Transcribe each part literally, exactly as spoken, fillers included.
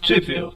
Review.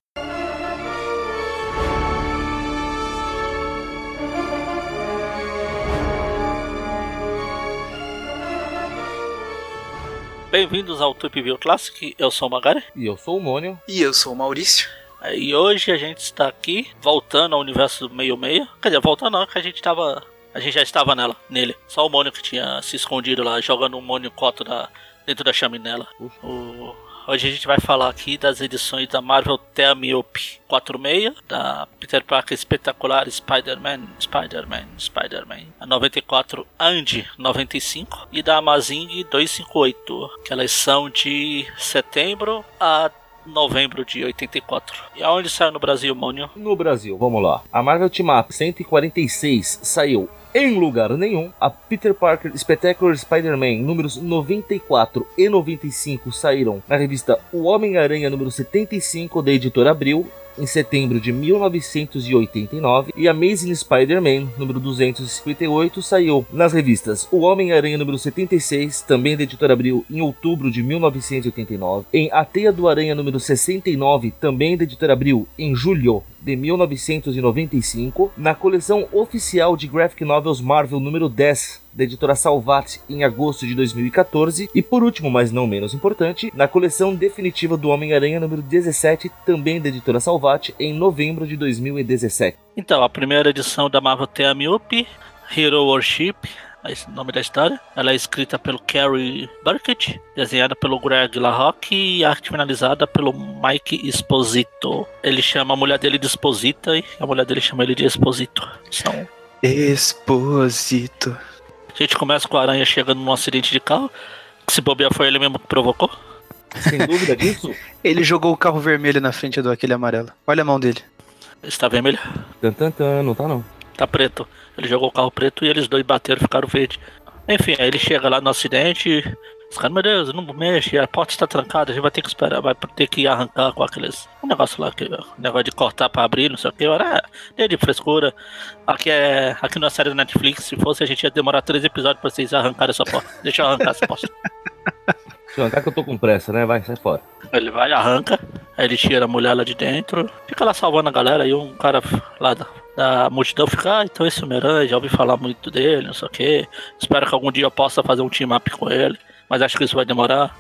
Bem-vindos ao Trip View Classic, eu sou o Magari. E eu sou o Mônio. E eu sou o Maurício. E hoje a gente está aqui, voltando ao universo do meio-meio. Quer dizer, voltando não, que a gente tava... A gente já estava nela, nele. Só o Mônio que tinha se escondido lá, jogando um Mônio Coto da, dentro da chaminela. O... Hoje a gente vai falar aqui das edições da Marvel Team-Up quarenta e seis, da Peter Parker Espetacular Spider-Man, Spider-Man, Spider-Man, a noventa e quatro and noventa e cinco, e da Amazing duzentos e cinquenta e oito, que elas são de setembro a novembro de oitenta e quatro. E aonde saiu no Brasil, Mônio? No Brasil, vamos lá. A Marvel Team-Up cento e quarenta e seis saiu em lugar nenhum. A Peter Parker Spectacular Spider-Man números noventa e quatro e noventa e cinco saíram na revista O Homem-Aranha número setenta e cinco da editora Abril, em setembro de mil novecentos e oitenta e nove, e Amazing Spider-Man número duzentos e cinquenta e oito saiu nas revistas O Homem-Aranha número setenta e seis, também da editora Abril, em outubro de mil novecentos e oitenta e nove, em A Teia do Aranha número sessenta e nove, também da editora Abril, em julho de mil novecentos e noventa e cinco, na coleção oficial de Graphic Novels Marvel número dez, da editora Salvat, em agosto de dois mil e quatorze, e por último, mas não menos importante, na coleção definitiva do Homem-Aranha número dezessete, também da editora Salvat, em novembro de dois mil e dezessete. Então, a primeira edição da Marvel Team-Up, Hero Worship, esse é o nome da história. Ela é escrita pelo Kerry Burkett, desenhada pelo Greg LaRocque e arte finalizada pelo Mike Esposito. Ele chama a mulher dele de Esposita e a mulher dele chama ele de Esposito. São... Esposito. A gente começa com a Aranha chegando num acidente de carro, que se bobear foi ele mesmo que provocou. Sem dúvida disso. Ele jogou o carro vermelho na frente do aquele amarelo. Olha a mão dele. Está vermelho? Tan, tan, tan, não tá não. Tá preto. Ele jogou o carro preto e eles dois bateram e ficaram verde. Enfim, aí ele chega lá no acidente. Os caras, meu Deus, não mexe, a porta está trancada, a gente vai ter que esperar, vai ter que arrancar com aqueles. Um negócio lá, que, um negócio de cortar pra abrir, não sei o que. Era nem de frescura. Aqui é. Aqui na série da Netflix, se fosse, a gente ia demorar três episódios pra vocês arrancarem essa porta. Deixa eu arrancar essa porta. Deixa eu arrancar que eu tô com pressa, né? Vai, sai fora. Ele vai, arranca, aí ele tira a mulher lá de dentro, fica lá salvando a galera, e um cara lá da. Da multidão fica, ah, então esse Homem-Aranha, já ouvi falar muito dele, não sei o que. Espero que algum dia eu possa fazer um team-up com ele, mas acho que isso vai demorar.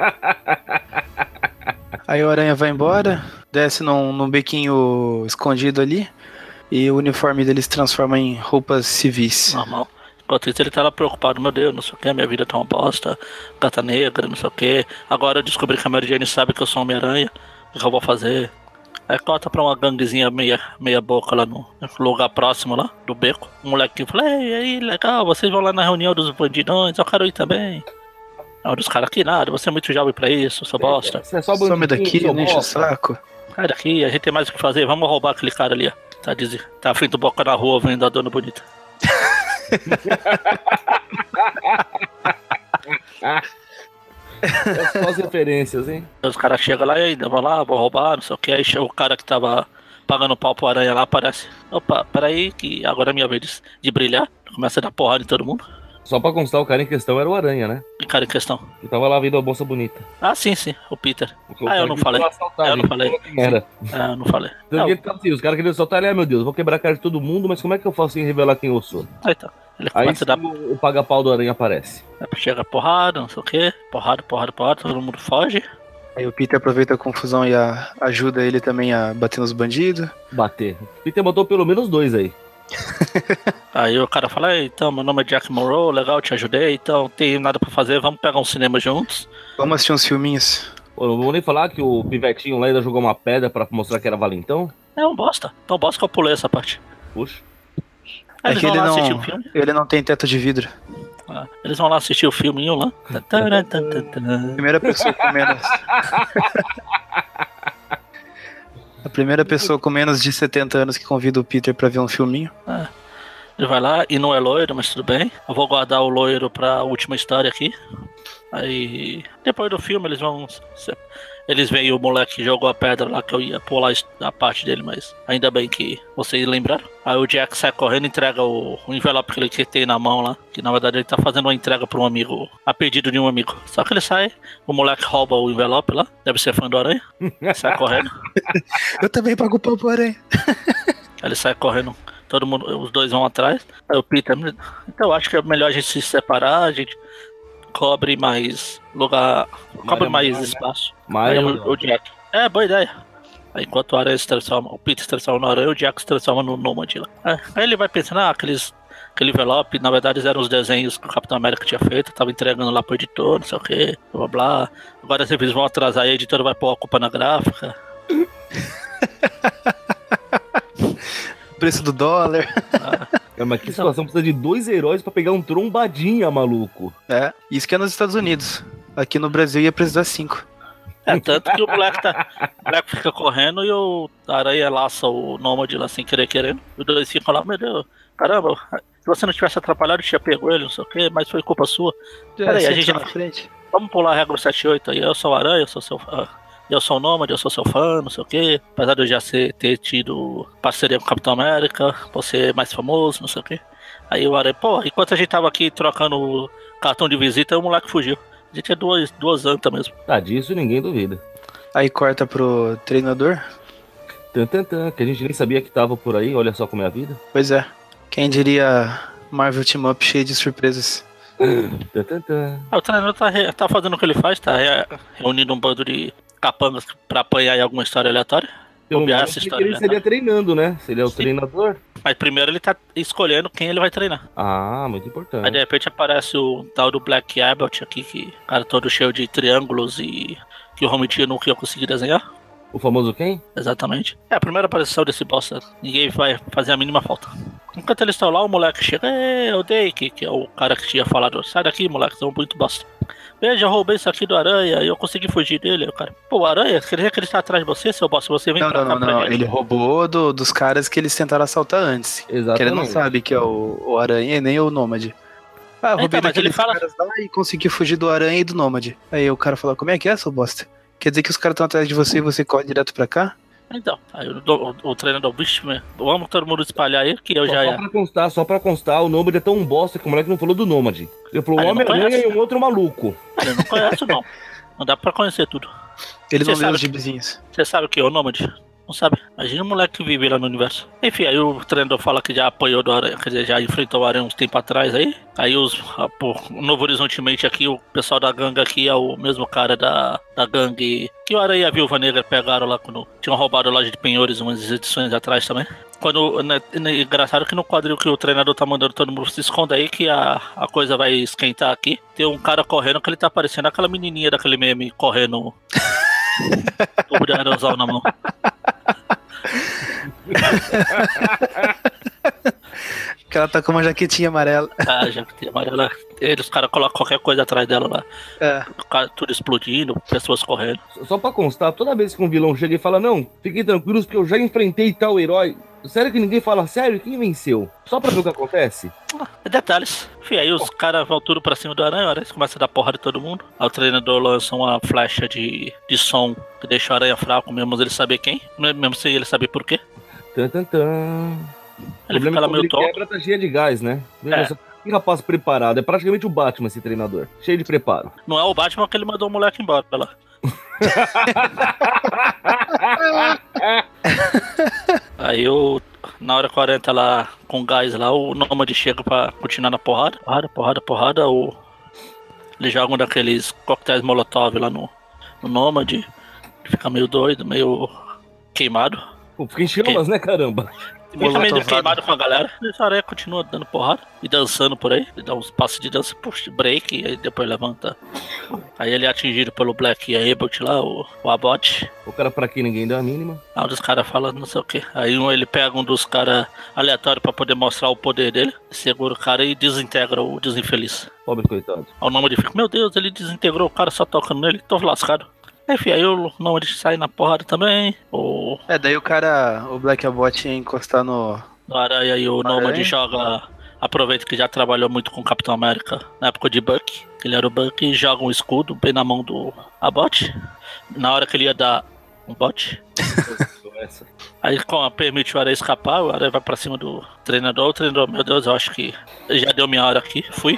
Aí o Aranha vai embora, desce num, num bequinho escondido ali, e o uniforme dele se transforma em roupas civis. Normal. Enquanto isso ele tá lá preocupado, meu Deus, não sei o que, minha vida tá uma bosta, gata negra, não sei o que. Agora eu descobri que a Mary Jane sabe que eu sou Homem-Aranha, o que eu vou fazer? Aí corta pra uma ganguezinha meia, meia boca lá no lugar próximo lá, do beco. Um molequinho fala, ei, aí, legal, vocês vão lá na reunião dos bandidões, eu quero ir também. Aí dos caras aqui, nada, você é muito jovem pra isso, sua bosta. Você é só Some daqui, não enche o saco. Sai daqui, a gente tem mais o que fazer, vamos roubar aquele cara ali, ó. Tá, diz, tá à frente do boca na rua, vendo a dona bonita. É só as referências, hein? Os caras chegam lá e ainda vão lá, vão roubar, não sei o que. Aí chega o cara que tava pagando pau pro Aranha lá, aparece. Opa, peraí, que agora é minha vez de brilhar. Começa a dar porrada em todo mundo. Só pra constar, o cara em questão era o Aranha, né? Que cara em questão? Que tava lá vendo a moça bonita. Ah, sim, sim, o Peter. Porque Ah, eu não falei. Assaltar, eu não falei. Era. Ah, eu não falei. Então, Não. ele tava assim, os caras queriam soltar ele, ah, meu Deus, vou quebrar a cara de todo mundo, mas como é que eu faço sem revelar quem eu sou? Aí tá. Ele Aí começa a dar. o, o paga-pau do Aranha aparece. Chega porrada, não sei o que. Porrada, porrada, porrada, todo mundo foge. Aí o Peter aproveita a confusão e a, ajuda ele também a bater nos bandidos. Bater. O Peter botou pelo menos dois aí. Aí o cara fala, então, meu nome é Jack Monroe, legal, te ajudei, então tem nada pra fazer, vamos pegar um cinema juntos. Vamos assistir uns filminhos. Pô, não vou nem falar que o pivetinho lá ainda jogou uma pedra pra mostrar que era valentão. É um bosta, tão bosta que eu pulei essa parte. Puxa. Aí É eles que vão ele lá não, assistir o filme. ele não tem teto de vidro. Ah, eles vão lá assistir o filminho lá. Primeira pessoa com menos. A primeira pessoa com menos de setenta anos que convida o Peter pra ver um filminho. Ah, ele vai lá e não é loiro, mas tudo bem. Eu vou guardar o loiro pra última história aqui. Aí, depois do filme, eles vão... Eles veem o moleque que jogou a pedra lá, que eu ia pular a parte dele, mas ainda bem que vocês lembraram. Aí o Jack sai correndo e entrega o, o envelope que ele que tem na mão lá, que na verdade ele tá fazendo uma entrega pra um amigo, a pedido de um amigo. Só que ele sai, o moleque rouba o envelope lá, deve ser fã do Aranha, sai correndo. Eu também pago pau pro Aranha. Ele sai correndo, todo mundo, os dois vão atrás. Aí o Peter, então eu acho que é melhor a gente se separar, a gente cobre mais lugar, cobre mais espaço. Aí o, o Jack, é, boa ideia. Aí enquanto o Aranha se transforma, o Peter se transforma no Aranha, o Jack se transforma no Nômade lá. É, aí ele vai pensando, ah, aqueles, aquele envelope, na verdade eram os desenhos que o Capitão América tinha feito, tava entregando lá pro editor, não sei o que, blá blá. Agora eles vão atrasar e a editora vai pôr a culpa na gráfica. Preço do dólar. Ah. É, mas que situação, precisa de dois heróis pra pegar um trombadinha, maluco. É, isso que é nos Estados Unidos. Aqui no Brasil ia precisar cinco. É, tanto que o moleque, tá, o moleque fica correndo e o Aranha laça o Nômade lá sem querer querendo. Os dois ficam lá, meu Deus, caramba, se você não tivesse atrapalhado, eu tinha pego ele, não sei o que, mas foi culpa sua. É, Peraí, a gente já... na frente. Vamos pular a regra sete e oito aí, eu sou o Aranha, eu sou seu fã. Eu sou o Nômade, eu sou seu fã, não sei o que. Apesar de eu já ser, ter tido parceria com o Capitão América, você é mais famoso, não sei o que. Aí o Aranha, pô, enquanto a gente tava aqui trocando o cartão de visita, o moleque fugiu. A gente é duas, duas antas mesmo. Ah, disso ninguém duvida. Aí corta pro treinador. Tan, tan, tan, que a gente nem sabia que tava por aí, olha só como é a vida. Pois é. Quem diria Marvel Team Up cheio de surpresas. Tan, tan, tan. Ah, o treinador tá, re, tá fazendo o que ele faz, tá re, reunindo um bando de capangas pra apanhar em alguma história aleatória. Pelo Copiar menos essa que história ele seria treinando, né? Seria o Sim. treinador. Mas primeiro ele tá escolhendo quem ele vai treinar. Ah, muito Aí importante. de repente aparece o tal do Black Abbott aqui, que cara todo cheio de triângulos e que o Romitinho nunca ia conseguir desenhar. O famoso quem? Exatamente. É a primeira aparição desse bosta. Ninguém vai fazer a mínima falta. Enquanto eles estão lá, o moleque chega. É, o Dake, que é o cara que tinha falado. Sai daqui, moleque, são muito bosta. Veja, eu roubei isso aqui do Aranha e eu consegui fugir dele. Aí o cara, pô, o Aranha, quer dizer que ele está atrás de você, seu bosta? Você vem Não, pra não, cá não, pra não. gente. Ele roubou do, dos caras que eles tentaram assaltar antes. Exatamente. Que ele não sabe que é o, o Aranha e nem o Nômade. Ah, eu roubei Então, mas daqueles ele fala- caras lá e consegui fugir do Aranha e do Nômade. Aí o cara falou, como é que é, seu bosta? Quer dizer que os caras estão atrás de você e você corre direto pra cá? Então, aí o, o, o treinador, bicho, meu, vamos todo mundo espalhar aí, que eu Só, já só ia. pra constar, só pra constar, o Nômade é tão bosta que o moleque não falou do Nômade. Ele falou Ah, o ele não Homem-Aranha conhece. e um outro maluco. Eu não conheço, não. Não dá pra conhecer tudo. Ele Você não leu sabe os que- gibizinhos. Você sabe o que é o Nômade? Não sabe? Imagina um moleque que vive lá no universo. Enfim, aí o treinador fala que já apanhou do Aranha, quer dizer, já enfrentou o Aranha uns tempos atrás aí. Aí os, a, pô, o Novo Horizontemente aqui, o pessoal da gangue aqui é o mesmo cara da, da gangue que o Aranha e a Viúva Negra pegaram lá quando tinham roubado a loja de penhores umas edições atrás também. Quando, né, engraçado que no quadril que o treinador tá mandando todo mundo se esconda aí, que a, a coisa vai esquentar aqui. Tem um cara correndo que ele tá parecendo aquela menininha daquele meme correndo. Tubo de aerosol na mão. Que ela tá com uma jaquetinha amarela. Ah, já que tem amarela. Eles, os caras colocam qualquer coisa atrás dela lá. É. O cara, tudo explodindo, pessoas correndo. Só pra constar, toda vez que um vilão chega e fala, não, fiquem tranquilos que eu já enfrentei tal herói. Sério que ninguém fala, sério, quem venceu? Só pra ver o que acontece? Ah, detalhes. Enfim, aí os caras vão tudo pra cima do Aranha, o Aranha começa a dar porra de todo mundo. Aí o treinador lança uma flecha de, de som que deixa o Aranha fraco, mesmo ele saber quem, mesmo sem ele saber por quê. Tan, tan, tan. Ele O fica problema lá é quando meio ele tonto. quebra, tá cheia de gás, né? Veja É. só, que rapaz preparado. É praticamente o Batman, esse treinador. Cheio de preparo. Não é o Batman que ele mandou o moleque embora lá. Aí o. Na hora quarenta lá, com gás lá, o Nômade chega pra continuar na porrada. Porrada, porrada, porrada. O... Eles jogam daqueles coquetéis Molotov lá no, no Nômade. Ele fica meio doido, meio queimado. Pô, fica em chamas, né, caramba? Fica meio Molotovado. queimado com a galera. E o Aranha continua dando porrada e dançando por aí. Ele dá uns passos de dança, puxa, break, e aí depois levanta. Aí ele é atingido pelo Black Abbott lá, o, o Abbott. O cara pra quem ninguém dá a mínima. Aí um dos caras fala não sei o que. Aí um, ele pega um dos caras aleatórios pra poder mostrar o poder dele. Segura o cara e desintegra o desinfeliz. Pobre coitado. Aí o Nômade fica, meu Deus, ele desintegrou o cara só tocando nele, tô lascado. Enfim, aí o Nômade sai na porrada também. O, É, daí o cara, o Black Abbott ia encostar no... o Aranha e o Aranha? Nômade joga aproveita que já trabalhou muito com o Capitão América na época de Bucky, que ele era o Bucky, e joga um escudo bem na mão do Abot. Na hora que ele ia dar um bote. Aí com, permite o Aranha escapar, o Aranha vai pra cima do treinador, o treinador, meu Deus, eu acho que já deu minha hora aqui, fui.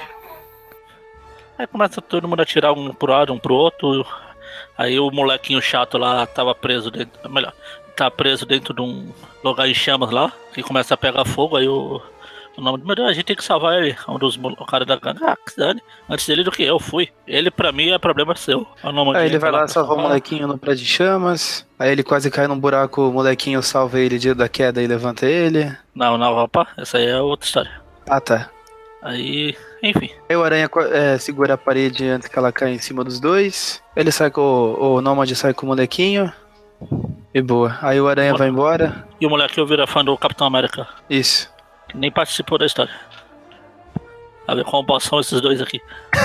Aí começa todo mundo a atirar um pro lado, um pro outro. Aí o molequinho chato lá tava preso dentro, melhor, tá preso dentro de um lugar em chamas lá, que começa a pegar fogo, aí o, o nome do meu Deus, a gente tem que salvar ele, um dos o cara da gangue, ah, que dane, antes dele do que eu, fui. Ele pra mim é problema seu. Aí ele vai lá salvar o molequinho no prédio de chamas, aí ele quase cai num buraco, o molequinho salva ele dia da queda e levanta ele. Não, não, opa, essa aí é outra história. Ah, tá. Aí, enfim. Aí o Aranha é, segura a parede antes que ela caia em cima dos dois. Ele sai com o, o Nômade sai com o molequinho. E boa. Aí o Aranha boa. vai embora. E o molequinho vira fã do Capitão América. Isso. Que nem participou da história. A ver qual são esses dois aqui.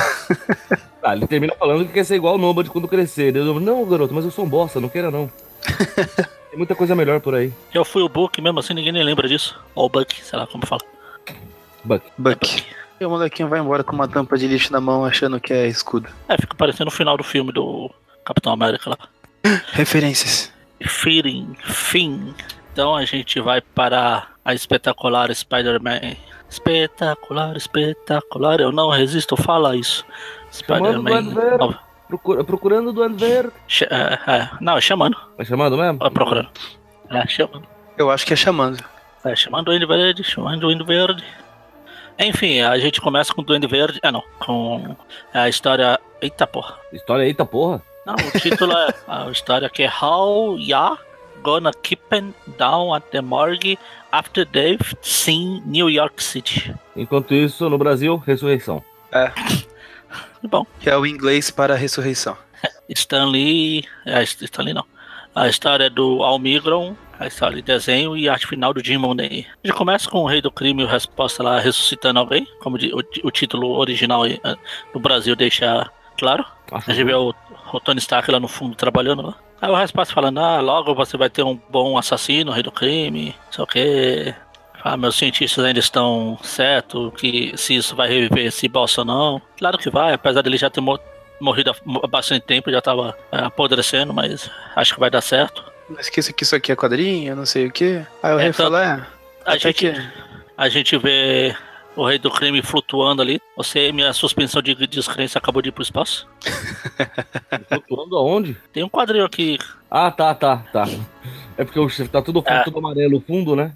Ah, ele termina falando que quer ser igual o Nômade quando crescer. Eu, não, garoto, mas eu sou um bosta, não queira não. Tem muita coisa melhor por aí. Eu fui o Buck, mesmo assim ninguém nem lembra disso. Ou o Buck, sei lá como fala. Buck. Buck. É Buck. E o molequinho vai embora com uma tampa de lixo na mão achando que é escudo. É, fica parecendo o final do filme do Capitão América lá. Referências. Feeling, fim. Então a gente vai para a espetacular Spider-Man. Espetacular, espetacular. Eu não resisto, fala isso. Spider-Man. Procura, procurando o Duende Verde. Ch- é, é, não, é chamando. É chamando mesmo? É procurando. É, chamando. Eu acho que é chamando. É, chamando o Duende Verde, chamando o Duende Verde. Enfim, a gente começa com o Duende Verde. Ah, não. Com a história. Eita porra. História eita porra? Não, o título é a história que é How Ya Gonna Keep Him Down at the Morgue After They've Seen New York City. Enquanto isso, no Brasil, ressurreição. É. Bom. Que é o inglês para a ressurreição. Stan Lee. É, Stan Lee não. A história do Almigron. A história de desenho e arte final do Jim Mooney. A gente começa com o Rei do Crime e a resposta lá ressuscitando alguém, como o, o título original no Brasil deixa claro. Acho a gente vê o, o Tony Stark lá no fundo trabalhando lá. Aí o resposta falando, ah, logo você vai ter um bom assassino, Rei do Crime, sei o que. Ah, meus cientistas ainda estão certos que se isso vai reviver esse bosta ou não. Claro que vai, apesar dele já ter mor- morrido há bastante tempo, já tava é, apodrecendo, mas acho que vai dar certo. Não esqueça que isso aqui é quadrinho, não sei o que. Aí o rei então, fala, é. A gente, que... a gente vê o Rei do Crime flutuando ali. Você, minha suspensão de descrença acabou de ir pro espaço. Flutuando aonde? Tem um quadrinho aqui. Ah, tá, tá, tá. É porque tá tudo, é. tudo amarelo o fundo, né?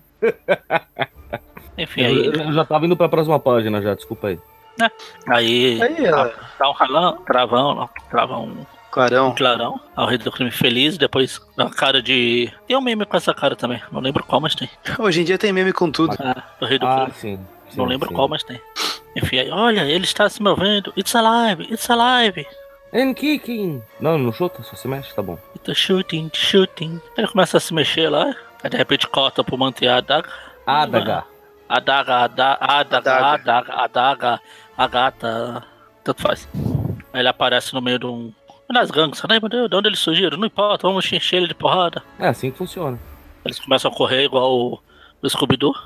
Enfim, aí. Eu já tava indo pra próxima página já, desculpa aí. É. Aí. Aí ela... Dá um ralão, travão, travão. Clarão. Um clarão. Ao Rei do Crime feliz, depois a cara de. Tem um meme com essa cara também. Não lembro qual, mas tem. Hoje em dia tem meme com tudo. Ah, do Rei do ah, Crime. Sim, sim, não lembro sim. qual, mas tem. Enfim, aí, olha, ele está se movendo. It's alive, it's alive. And kicking. Não, não chuta, só se mexe, tá bom. It's shooting, shooting. Ele começa a se mexer lá. Aí de repente corta pro manter a adaga. Adaga. Adaga, adaga, adaga, adaga, adaga, a gata. Tanto faz. Aí ele aparece no meio de um. Nas gangues, né, meu Deus, de onde eles surgiram? Não importa, vamos encher ele de porrada. É assim que funciona. Eles começam a correr igual o, o Scooby-Doo.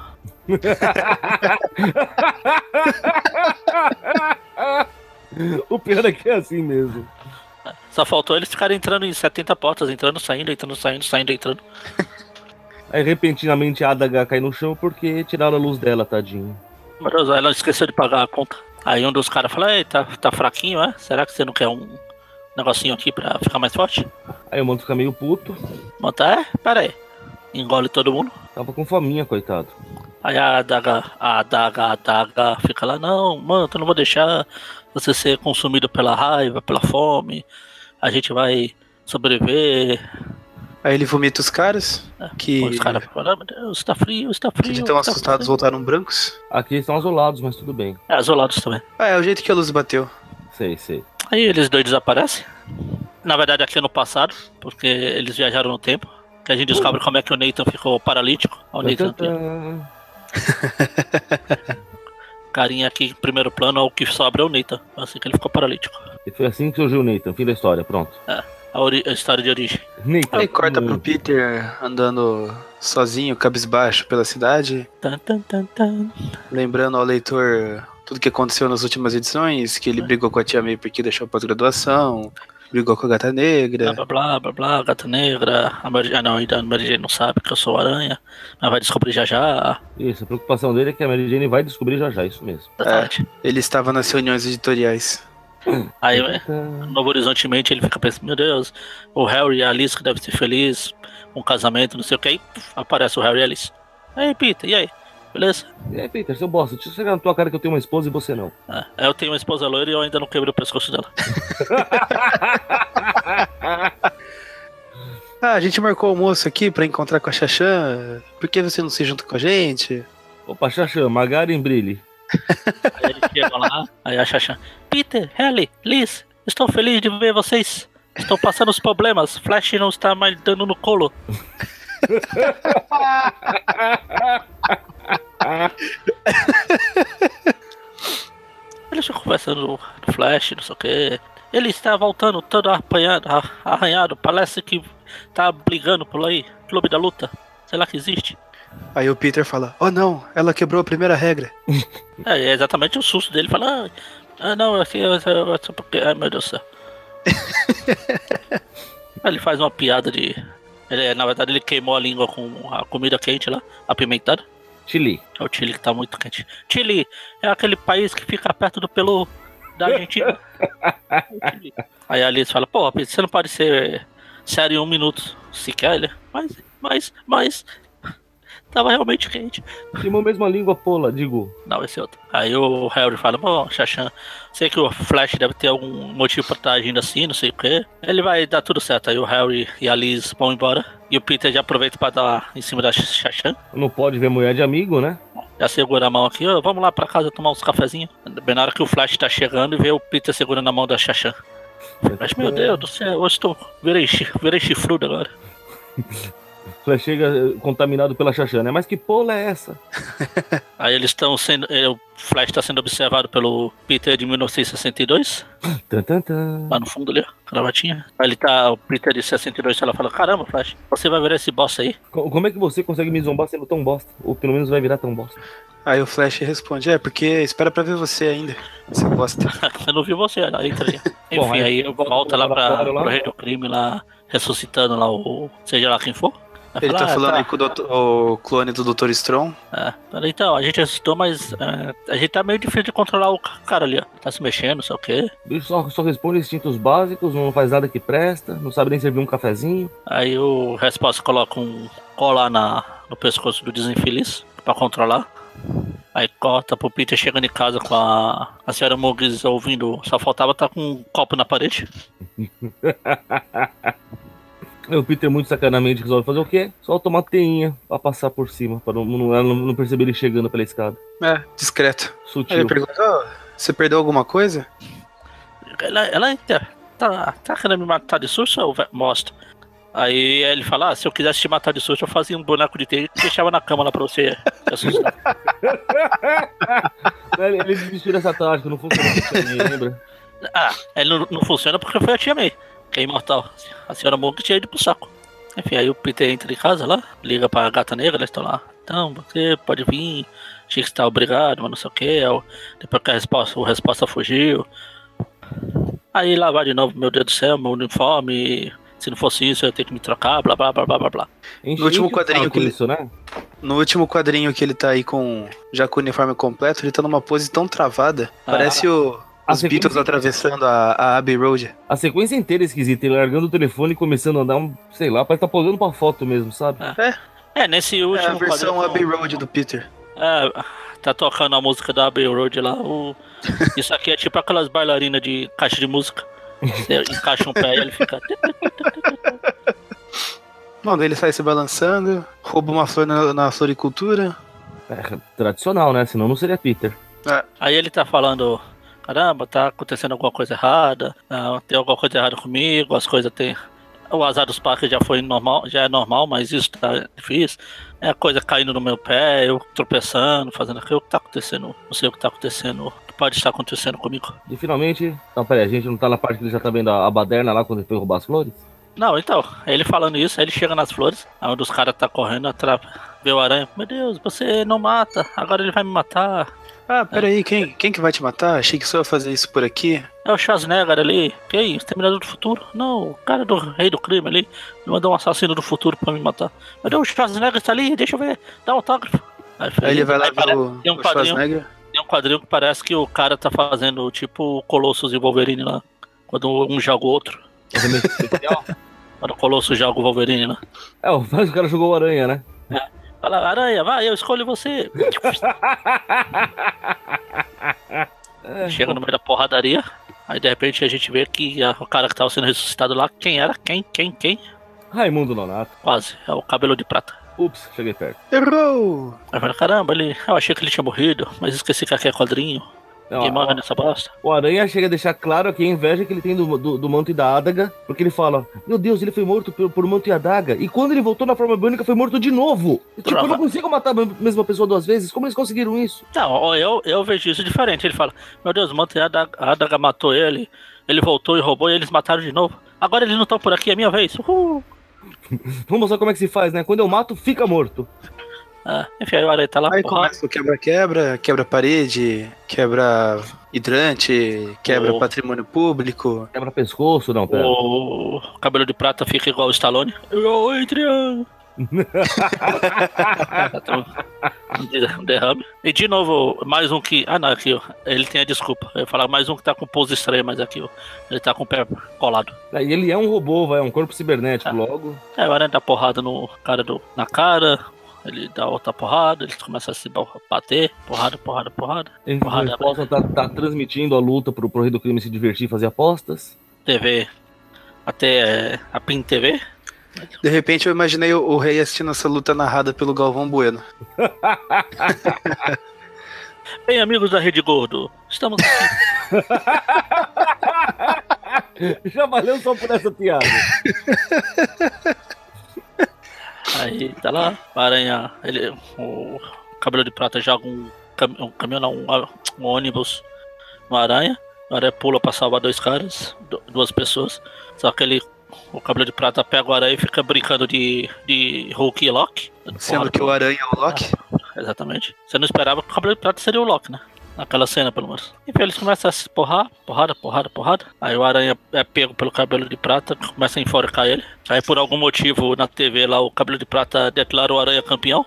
O pior é que é assim mesmo. Só faltou eles ficarem entrando em setenta portas, entrando, saindo, entrando, saindo, saindo, entrando. Aí repentinamente a Adaga cai no chão porque tiraram a luz dela, tadinho. Meu Deus, ela esqueceu de pagar a conta. Aí um dos caras fala, ei, tá, tá fraquinho, é? Será que você não quer um negocinho aqui pra ficar mais forte? Aí o mano fica meio puto. Monta, é? Pera aí. Engole todo mundo. Tava com fominha, coitado. Aí a adaga, a adaga, a adaga fica lá, não, mano, eu não vou deixar você ser consumido pela raiva, pela fome. A gente vai sobreviver. Aí ele vomita os caras. É, que... Os caras falam, meu Deus, está frio, está frio. Que estão tá assustados, frio. voltaram brancos. Aqui estão azulados, mas tudo bem. É, isolados também. Ah, é o jeito que a luz bateu. Sei, sei. Aí eles dois desaparecem. Na verdade aqui é no passado, porque eles viajaram no tempo. Que a gente descobre como é que o Nathan ficou paralítico. Olha o Nathan aqui. Carinha aqui em primeiro plano, o que sobra é o Nathan. Assim que ele ficou paralítico. E foi assim que surgiu o Nathan, fim da história, pronto. É. a, ori- a história de origem. Nathan, Aí corta hum, pro Peter andando sozinho, cabisbaixo pela cidade, Tan, tan, tan, tan. lembrando ao leitor tudo que aconteceu nas últimas edições, que ele brigou com a Tia May porque deixou a pós-graduação, brigou com a Gata Negra. Blá, blá, blá, blá, Gata Negra. A Mary, ah, não, ainda a Mary Jane não sabe que eu sou o Aranha, mas vai descobrir já já. Isso, a preocupação dele é que a Mary Jane vai descobrir já já, isso mesmo. Exatamente. Ele estava nas reuniões editoriais. Aí, Novo Horizontemente, ele fica pensando, meu Deus, o Harry e a Alice que devem ser felizes, um casamento, não sei o que, aí puf, aparece o Harry e a Alice. Aí, Peter, e aí? Beleza? E aí, Peter, seu bosta, deixa eu chegar na tua cara que eu tenho uma esposa e você não. É, eu tenho uma esposa loira e eu ainda não quebrei o pescoço dela. Ah, a gente marcou o almoço aqui pra encontrar com a Xaxã. Por que você não se junta com a gente? Opa, Xaxã, Magaren Brilhe. Aí eles chegam lá, aí a Xaxã, Peter, Harry, Liz, estou feliz de ver vocês. Estou passando os problemas, Flash não está mais dando no colo. Eles estão conversando no Flash, não sei o que. Ele está voltando todo apanhado, a- arranhado. Parece que tá brigando por aí. Clube da luta. Sei lá que existe. Aí o Peter fala, oh não, ela quebrou a primeira regra. É, é exatamente o susto dele. Fala, ah, ah não, assim, eu, eu, eu, eu, porque, ai meu Deus do céu. Aí ele faz uma piada de... Ele, na verdade ele queimou a língua com a comida quente lá, apimentada. Chile. É o Chile que tá muito quente. Chile é aquele país que fica perto do pelo da Argentina. É o Chile. Aí a Alice fala, pô, Peter, você não pode ser sério em um minuto sequer, ele. Mas, mas, mas... Tava realmente quente. Queimou mesmo a língua, pola, digo. Não, esse é outro. Aí o Harry fala, bom, Xaxã, sei que o Flash deve ter algum motivo pra estar agindo assim, não sei o que. Ele vai dar tudo certo. Aí o Harry e a Liz vão embora. E o Peter já aproveita pra dar em cima da Xaxã. Não pode ver mulher de amigo, né? Já segura a mão aqui, ó, vamos lá pra casa tomar uns cafezinhos. Bem na hora que o Flash tá chegando e vê o Peter segurando a mão da Xaxã. Mas, meu Deus do céu, hoje estou... Virei, chi- virei chifrudo agora. Flash chega eh, contaminado pela Xaxã, né? Mas que pola é essa? Aí eles estão sendo... eh, O Flash tá sendo observado pelo Peter de mil novecentos e sessenta e dois. Tan, tan, tan. Lá no fundo ali, ó, gravatinha. Aí ele tá, o Peter de sessenta e dois, ela fala, caramba, Flash, você vai virar esse boss aí? Co- Como é que você consegue me zombar sendo tão bosta? Ou pelo menos vai virar tão bosta? Aí o Flash responde, é, porque espera pra ver você ainda. Você gosta. Eu não vi você, aí entra ali. Enfim, Bom, aí aí volta volta pro lá pra, laboratório lá. pro rei do crime lá, ressuscitando lá o, seja lá quem for. Aí Ele fala, tá "Ah, falando aí com o, doutor- o clone do doutor Strong. É, fala, então, a gente ressuscitou, mas é, a gente tá meio difícil de controlar o cara ali, ó. Tá se mexendo, não sei o quê. O bicho só, só responde instintos básicos, não faz nada que presta, não sabe nem servir um cafezinho. Aí o resposta coloca um colar na, no pescoço do desinfeliz pra controlar. Aí corta pro Peter chegando em casa com a, a senhora Muggs ouvindo. Só faltava estar com um copo na parede. Aí o Peter muito sacanamente resolve fazer o quê? Só tomar teinha pra passar por cima, pra não, não, ela não- não perceber ele chegando pela escada. É, discreto. Aí Sutil. ele pergunta, "Ô, você perdeu alguma coisa? Ela, ela tá, tá, tá querendo me matar de susto ou mostra? Aí ele fala, ah, se eu quisesse te matar de susto, eu fazia um boneco de teia e deixava na cama lá pra você se assustar. ele, ele desistiu dessa tática, não funcionou pra mim, lembra? Ah, ele não, não funciona porque foi a tia May, que é imortal. A senhora Muggs tinha ido pro saco. Enfim, aí o Peter entra em casa lá, liga pra Gata Negra, eles estão lá. Então, você pode vir, tinha que estar obrigado, mas não sei o que. Depois que a resposta, a resposta fugiu. Aí lá vai de novo, meu Deus do céu, meu uniforme. Se não fosse isso, eu ia ter que me trocar, blá blá blá blá blá blá. Enche- No último enche o quadrinho saco que ele- isso, né? No último quadrinho que ele tá aí com já com o uniforme completo, ele tá numa pose tão travada. Ah. Parece o, A os sequência- Beatles atravessando a, a Abbey Road. A sequência inteira é esquisita, ele largando o telefone e começando a andar, um, sei lá, parece que tá posando pra foto mesmo, sabe? É, nesse É último a versão quadrinho- Abbey Road do Peter. É, tá tocando a música da Abbey Road lá. O... Isso aqui é tipo aquelas bailarinas de caixa de música. Você encaixa um pé e ele fica. Mano, ele sai se balançando, rouba uma flor na, na floricultura. É tradicional, né? Senão não seria Peter. Aí ele tá falando: caramba, tá acontecendo alguma coisa errada, ah, tem alguma coisa errada comigo, as coisas tem. O azar dos parques já foi normal, já é normal, mas isso tá difícil. É a coisa caindo no meu pé, eu tropeçando, fazendo aquilo. O que tá acontecendo? Não sei o que tá acontecendo. pode estar acontecendo comigo? E finalmente... Não, pera aí, a gente não tá na parte que ele já tá vendo a, a baderna lá quando ele foi roubar as flores? Não, então, ele falando isso, aí ele chega nas flores, aí um dos caras tá correndo, atrapa, vê o aranha. Meu Deus, você não mata, agora ele vai me matar. Ah, peraí, quem, quem que vai te matar? Achei que só ia fazer isso por aqui. É o Schwarzenegger ali. Quem? Exterminador do Futuro? Não, o cara do Rei do Crime ali. Me mandou um assassino do futuro pra me matar. Meu Deus, o Schwarzenegger está ali, deixa eu ver. Dá um autógrafo. Aí, Aí ele vai lá ver parece, o, tem um o quadrinho, Schwarzenegger. tem um quadrinho que parece que o cara tá fazendo tipo o Colossus e Wolverine lá. Quando um joga o outro. Quando o Colossus joga o Wolverine lá. É, parece que o cara jogou o aranha, né? É. Fala, aranha, vai, eu escolho você. É, Chega no meio da porradaria. Aí de repente a gente vê que a, o cara que tava sendo ressuscitado lá, quem era? Quem? Quem? Quem? Raimundo Nonato. Quase, é o Cabelo de Prata. Ups, cheguei perto. Errou! Aí eu falei, caramba, ele, eu achei que ele tinha morrido, mas esqueci que aqui é quadrinho. Não, Quem morre ó, nessa bosta? o Aranha chega a deixar claro aqui a inveja que ele tem do, do, do manto e da adaga, porque ele fala, meu Deus, ele foi morto por, por manto e adaga, e quando ele voltou na forma biônica foi morto de novo. Tipo, eu não consigo matar a mesma pessoa duas vezes, como eles conseguiram isso? Não, eu, eu vejo isso diferente. Ele fala, meu Deus, o manto e a adaga, a adaga matou ele, ele voltou e roubou e eles mataram de novo. Agora eles não estão por aqui, é minha vez. Uhul. Vamos mostrar como é que se faz, né? Quando eu mato, fica morto. Ah, enfim, aí o Aranha tá lá, Aí porra. começa o quebra-quebra, quebra-parede, quebra hidrante, quebra Oh. patrimônio público. Quebra pescoço, não, pera. O Cabelo de Prata fica igual o Stallone. Igual o Adrian. Um derrame. E de novo, mais um que. Ah, não, aqui, ó. Ele tem a desculpa. Eu ia falar mais um que tá com pose estranha, mas aqui, ó. Ele tá com o pé colado. E ele é um robô, vai, é um corpo cibernético Ah. logo. É, o Aranha dá porrada no cara do, na cara. Ele dá outra porrada, eles começam a se bater. Porrada, porrada, porrada. Em Porrada, resposta, tá, tá transmitindo a luta pro, pro Rei do Crime se divertir e fazer apostas. T V. Até é, a Pin T V. De repente eu imaginei o, o rei assistindo essa luta narrada pelo Galvão Bueno. Bem, amigos da Rede Gordo, estamos aqui. Já valeu só por essa piada. Aí tá lá, o Aranha, ele, o Cabelo de Prata joga um, cam, um caminhão, não, um, um ônibus no Aranha. O Aranha pula pra salvar dois caras, duas pessoas. Só que ele, o Cabelo de Prata pega o Aranha e fica brincando de, de Hulk e Loki. Sendo que o Aranha é o Loki. Ah, exatamente. Você não esperava que o Cabelo de Prata seria o Loki, né? Naquela cena, pelo menos. Enfim, eles começam a se porrar, porrada, porrada, porrada. Aí o Aranha é pego pelo Cabelo de Prata, começa a enforcar ele. Aí por algum motivo na T V lá o Cabelo de Prata declara o Aranha campeão.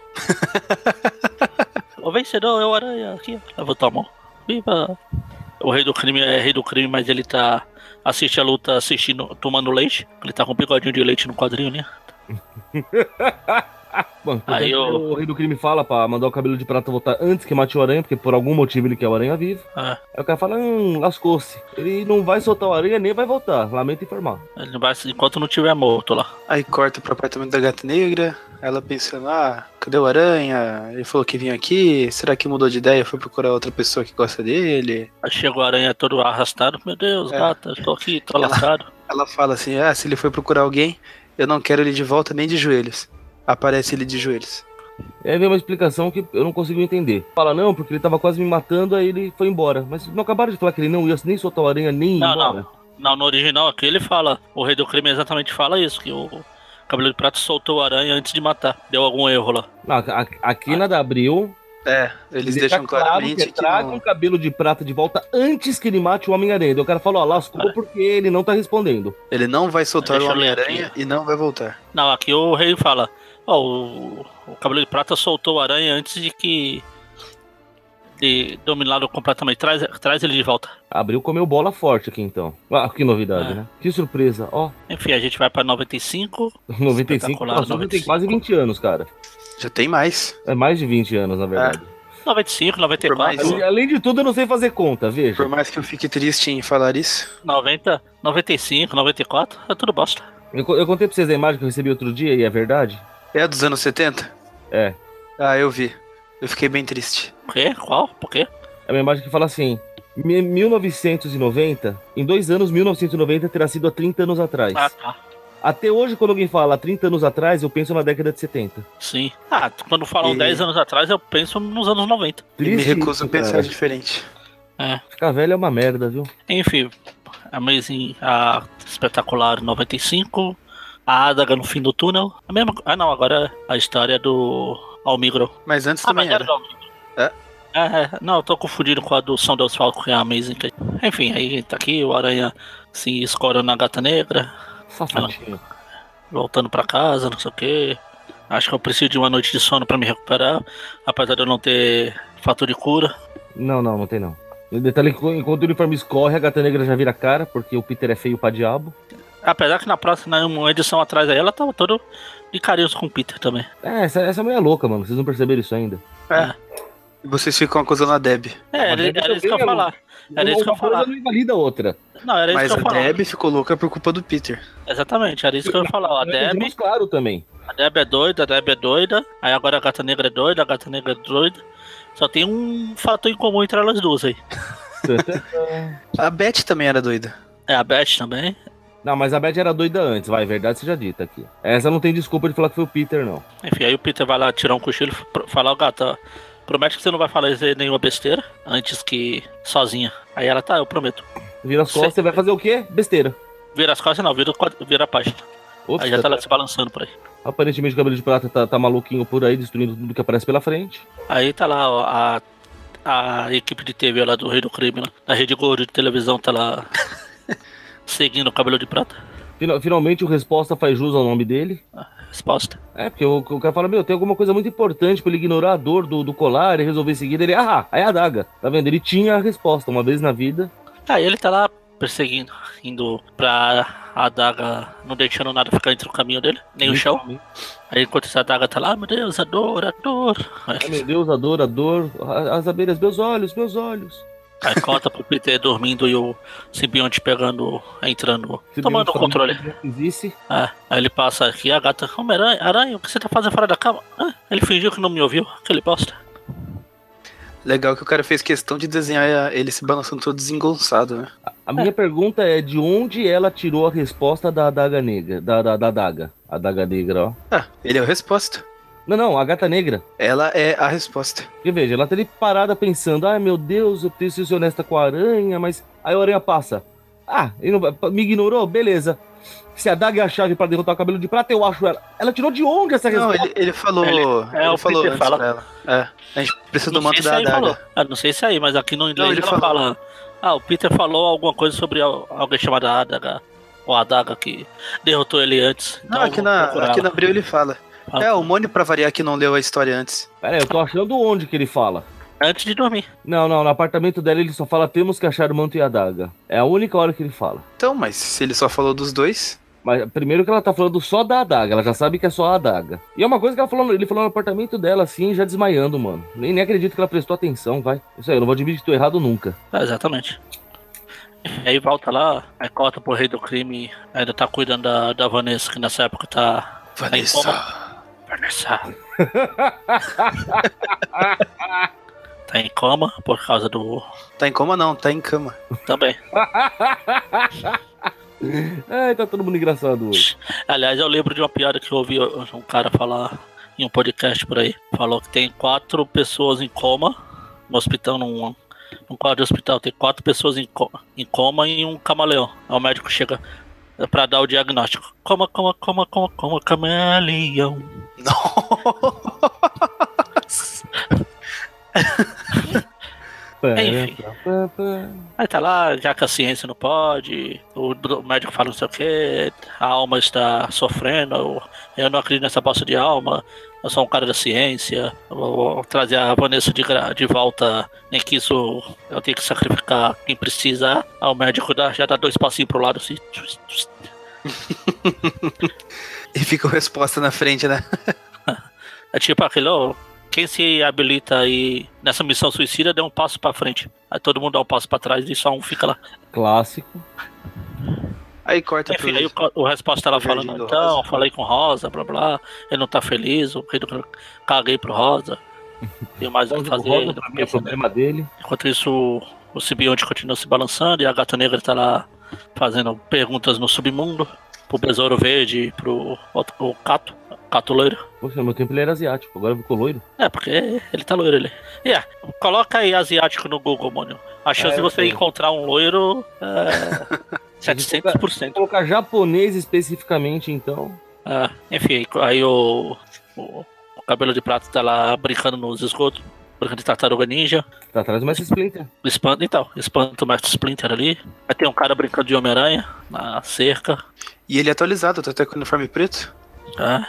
O vencedor é o Aranha, aqui, levantou a mão. Viva! O Rei do Crime é Rei do Crime, mas ele tá... Assiste a luta assistindo, tomando leite. Ele tá com um bigodinho de leite no quadrinho, né? Bom, Aí eu... eu- o Rei do Crime fala pra mandar o Cabelo de Prata voltar antes que mate o Aranha, porque por algum motivo ele quer o Aranha vivo. É, Aí o cara fala, hum, lascou-se. Ele não vai soltar o Aranha nem vai voltar, lamento informar. ele não vai, enquanto não tiver morto lá. Aí corta pro apartamento da Gata Negra. Ela pensando, ah, cadê o Aranha? Ele falou que vinha aqui. Será que mudou de ideia? Foi procurar outra pessoa que gosta dele? Aí chega o Aranha todo arrastado. Meu Deus, É. gata, eu tô aqui, tô Ela- lascado. Ela fala assim, ah, se ele foi procurar alguém, eu não quero ele de volta nem de joelhos. Aparece ele de joelhos. E aí vem uma explicação que eu não consigo entender. Fala, não, porque ele tava quase me matando, aí ele foi embora. Mas não acabaram de falar que ele não ia nem soltar o Aranha, nem ir Não, embora? não. Não, no original aqui ele fala, o Rei do Crime exatamente fala isso, que o Cabelo de Prata soltou o Aranha antes de matar. Deu algum erro lá. Não, a- aqui na da Abril, É, eles deixa deixam claramente que que, traga não... um Cabelo de Prata de volta antes que ele mate o Homem-Aranha. Daí o cara falou, ó, lascou É. porque ele não tá respondendo. ele não vai soltar Deixa o eu ler Homem-Aranha aqui. e não vai voltar. Não, aqui o rei fala, ó, o, o Cabelo de Prata soltou o Aranha antes de que... de dominá-lo completamente. Traz, traz ele de volta. Abril comeu bola forte aqui então. Ah, que novidade, É. né? Que surpresa, ó. Enfim, a gente vai pra noventa e cinco. noventa e cinco, Espetacular, nossa, tem noventa e cinco. quase vinte anos, cara. Já tem mais. É mais de vinte anos, na verdade. noventa e cinco, noventa e Por quatro, mais- Além, além de tudo, eu não sei fazer conta, veja. Por mais que eu fique triste em falar isso. noventa, noventa e cinco, noventa e quatro, é tudo bosta. Eu, co- eu contei pra vocês a imagem que eu recebi outro dia e é verdade? É dos anos setenta? É. Ah, eu vi. Eu fiquei bem triste. O quê? Qual? Por quê? É uma imagem que fala assim: "Mi- mil novecentos e noventa, em dois anos, mil novecentos e noventa terá sido há trinta anos atrás. Ah, tá. Até hoje, quando alguém fala há trinta anos atrás, eu penso na década de setenta. Sim. Ah, quando falam E- dez anos atrás, eu penso nos anos noventa. E me Triste recuso a isso, pensar cara. diferente. É. Ficar velho é uma merda, viu? Enfim, Amazing, a Espetacular noventa e cinco, a Adaga no fim do túnel. A mesma... Ah, não, agora a história do Almigro. Mas antes Ah, também mas era era. do Almigro. É? É, é, não, eu tô confundindo com a do Som dos Falcos, que é a Amazing. Enfim, aí tá aqui o Aranha se escorando na Gata Negra, Safadinho. voltando pra casa, não sei o que. Acho que eu preciso de uma noite de sono pra me recuperar, apesar de eu não ter fator de cura. Não, não, não tem não. O detalhe é que enquanto o uniforme escorre, a Gata Negra já vira cara, porque o Peter é feio pra diabo. Apesar que na próxima, uma edição atrás aí, ela tava toda de carinhos com o Peter também. É, essa, essa mulher é louca, mano. Vocês não perceberam isso ainda. É. E vocês ficam acusando a Deb. É, era, Deb era isso que eu ia também, falar. Era isso que eu ia Uma coisa falar. não invalida a outra. Não, era Mas isso a que eu ia falar. Deb ficou louca por culpa do Peter. Exatamente, era isso que eu ia falar. A Deb, Deixamos claro também. a Deb é doida, a Deb é doida. Aí agora a Gata Negra é doida, a Gata Negra é doida. Só tem um fator em comum entre elas duas aí. A Beth também era doida. É a Beth também. Não, mas a Beth era doida antes, vai, verdade seja dita aqui. Essa não tem desculpa de falar que foi o Peter, não. Enfim, aí o Peter vai lá tirar um cochilo e falar, ó, gata, promete que você não vai falar nenhuma besteira antes que sozinha. Aí ela, tá, eu prometo. Vira as costas, Sei. você vai fazer o quê? Besteira. Vira as costas não, vira, o quadro- vira a página. Ops, Aí já tá lá tá- se balançando por aí. Aparentemente o Cabelo de Prata tá, tá maluquinho por aí, destruindo tudo que aparece pela frente. Aí tá lá, ó, a, a equipe de T V lá do Rei do Crime, lá, da Rede Globo de televisão, tá lá seguindo o Cabelo de Prata. Final- Finalmente o Resposta faz jus ao nome dele. Resposta. É, porque o, o cara fala, meu, tem alguma coisa muito importante pra ele ignorar a dor do, do colar e resolver em seguida. Ele, ah, aí a adaga. Tá vendo? Ele tinha a resposta uma vez na vida. Aí ele tá lá perseguindo, indo pra adaga, não deixando nada ficar entre o caminho dele, nem o chão. Aí enquanto essa adaga tá lá, meu Deus, a dor, a dor. Ai, meu Deus, a dor, a dor. a- As abelhas, meus olhos, meus olhos. Aí corta pro Peter dormindo e o simbionte pegando, entrando, tomando o controle. Existe. É, aí ele passa aqui, a gata, Homem-Aranha, Aranha, o que você tá fazendo fora da cama? Ah, ele fingiu que não me ouviu, aquele bosta. Legal que o cara fez questão de desenhar ele se balançando todo desengonçado, né? A minha pergunta é de onde ela tirou a resposta da adaga negra. Da, da, da adaga. A adaga negra, ó. Ah, ele é a resposta. Não, não, a gata negra. Ela é a resposta. Porque veja, ela tá ali parada pensando, ai meu Deus, eu preciso ser honesta com a aranha, mas aí a aranha passa. Ah, ele não, me ignorou? Beleza. Se a adaga é a chave pra derrotar o Cabelo de Prata, eu acho ela. Ela tirou de onde essa Não, resposta? ele, ele falou. Ele- Ele, é, o falou Peter antes fala. pra ela. É. A gente precisa do Não sei manto se da aí adaga. falou. Ah, não sei se aí, mas aqui no inglês ele ela falou. fala. Ah, o Peter falou alguma coisa sobre al- alguém chamado Adaga. Ou Adaga que derrotou ele antes. Não, Então aqui eu vou na, procurar aqui ela. na Abril ele fala. Ah. É, o Mônio pra variar que não leu a história antes. Pera aí, eu tô achando onde que ele fala. Antes de dormir. Não, não, no apartamento dela ele só fala temos que achar o manto e a adaga. É a única hora que ele fala. Então, mas se ele só falou dos dois. Mas primeiro que ela tá falando só da adaga, ela já sabe que é só a adaga. E é uma coisa que ela falou, ele falou no apartamento dela, assim, já desmaiando, mano. Nem, nem acredito que ela prestou atenção, vai. Isso aí, eu não vou admitir que tô errado nunca. É, exatamente. E aí volta lá, aí corta pro Rei do Crime, ainda tá cuidando da, da Vanessa, que nessa época tá. Vanessa. Vanessa. Tá em coma por causa do. Tá em coma não, tá em cama. Também. Ai, tá todo mundo engraçado hoje. Aliás, eu lembro de uma piada que eu ouvi um cara falar em um podcast por aí. Falou que tem quatro pessoas em coma no hospital, num, num quadro de hospital. Tem quatro pessoas em, co- em coma e um camaleão. Aí o médico chega pra dar o diagnóstico. Coma, coma, coma, coma, coma, camaleão. Nossa. Enfim. Aí tá lá, já que a ciência não pode, o, o médico fala não sei o que, a alma está sofrendo, eu, eu não acredito nessa bosta de alma, eu sou um cara da ciência, eu vou, vou trazer a Vanessa de, gra- de volta, nem que isso eu tenho que sacrificar quem precisa. Aí o médico dá, já dá dois passinhos pro lado assim. E fica a resposta na frente, né? É tipo aquele, ó, quem se habilita aí nessa missão suicida deu um passo pra frente. Aí todo mundo dá um passo pra trás e só um fica lá. Clássico. Aí corta Enfim, pro... aí o, o resposta ela o Jardim falando, do então, Rosa. falei com o Rosa, blá blá, ele não tá feliz, o rei do caguei pro Rosa, tem mais o que fazer. O Rosa, pra mim, é o problema dele. Enquanto isso, o, o simbionte continua se balançando e a gata negra tá lá fazendo perguntas no submundo, pro besouro verde e pro outro, o Cato, Cato loiro. Poxa, no meu tempo ele era asiático, agora ficou loiro. É, porque ele tá loiro ali. É, coloca aí asiático no Google, mano. A chance É, de você eu sei. encontrar um loiro é setecentos por cento. Colocar japonês especificamente, então. É, enfim, aí o, o, o cabelo de prata tá lá brincando nos esgotos, brincando de tartaruga ninja. Tá atrás do Mestre Splinter. Espanta, então, espanta o Mestre Splinter ali. Aí tem um cara brincando de Homem-Aranha na cerca. E ele é atualizado, tá até com o uniforme preto. É.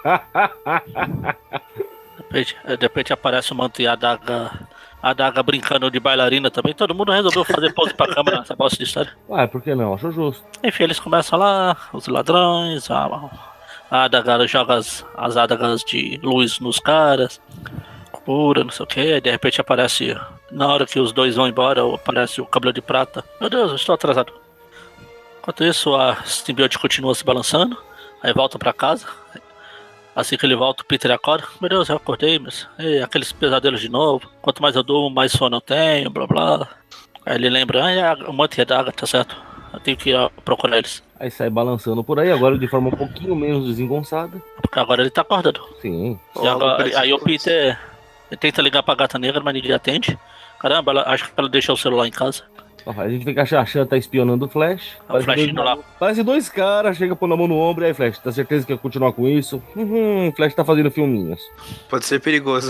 De repente, de repente aparece o manto e a adaga. A adaga brincando de bailarina também. Todo mundo resolveu fazer pose pra câmera nessa bosta de história. Ué, por que não? Acho justo. Enfim, eles começam lá, os ladrões, a, a adaga joga as, as adagas de luz nos caras, cura, não sei o que, aí de repente aparece, na hora que os dois vão embora, aparece o cabelo de prata. Meu Deus, eu estou atrasado. Enquanto isso, a simbionte continua se balançando, aí volta pra casa. Assim que ele volta, o Peter acorda. Meu Deus, eu acordei, mas ei, aqueles pesadelos de novo. Quanto mais eu durmo, mais sono eu tenho, blá blá. Aí ele lembra, ah, é, o manto é da água, tá certo. Eu tenho que ir ó, procurar eles. Aí sai balançando por aí, agora de forma um pouquinho menos desengonçada. Porque agora ele tá acordando. Sim. E agora, aí o Peter ele tenta ligar pra gata negra, mas ninguém atende. Caramba, ela, acho que ela deixou o celular em casa. A gente fica achando que tá espionando o Flash. O Flash dois, indo lá. Parece dois caras, chega pôr a mão no ombro, aí Flash, tá certeza que quer continuar com isso? Uhum, Flash tá fazendo filminhos. Pode ser perigoso.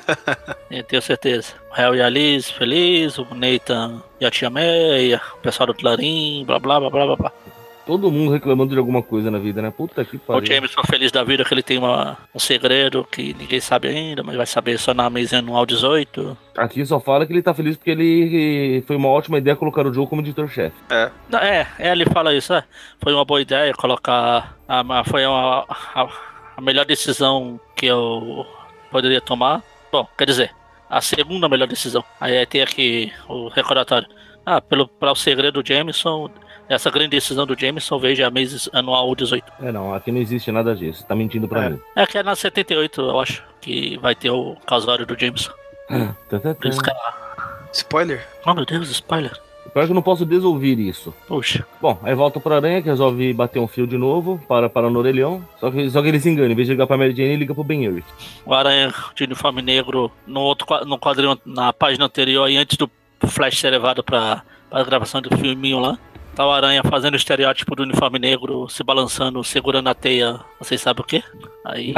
Eu tenho certeza. O Hal e a Liz feliz, o Nathan e a tia May, o pessoal do Clarim, blá blá blá blá blá blá. Todo mundo reclamando de alguma coisa na vida, né? Puta que pariu. O Jameson feliz da vida que ele tem uma, um segredo que ninguém sabe ainda, mas vai saber só na mesa anual dezoito. Aqui só fala que ele tá feliz porque ele foi uma ótima ideia colocar o Joe como editor-chefe. É. Não, É, é, ele fala isso, é. Foi uma boa ideia colocar. A, foi uma, a, a melhor decisão que eu poderia tomar. Bom, quer dizer, a segunda melhor decisão. Aí tem aqui o recordatório. Ah, pelo, para o segredo do Jameson, essa grande decisão do Jameson, veja a mês anual dezoito. É, não, aqui não existe nada disso. Tá mentindo pra É. mim. É que é na setenta e oito, eu acho, que vai ter o casório do Jameson. Tá, tá, Por isso tá. que... Spoiler? Oh meu Deus, spoiler. Pior que eu não posso desouvir isso. Puxa. Bom, aí volta pro Aranha, que resolve bater um fio de novo, para, para no orelhão. Só que, só que ele se engana, em vez de ligar pra Mary Jane, ele liga pro Ben Urich. O Aranha de uniforme negro no outro qua- no quadrinho, na página anterior, aí antes do Flash ser levado pra, pra gravação do filminho lá. Tá o Aranha fazendo o estereótipo do uniforme negro, se balançando, segurando a teia, vocês sabem o quê? Aí.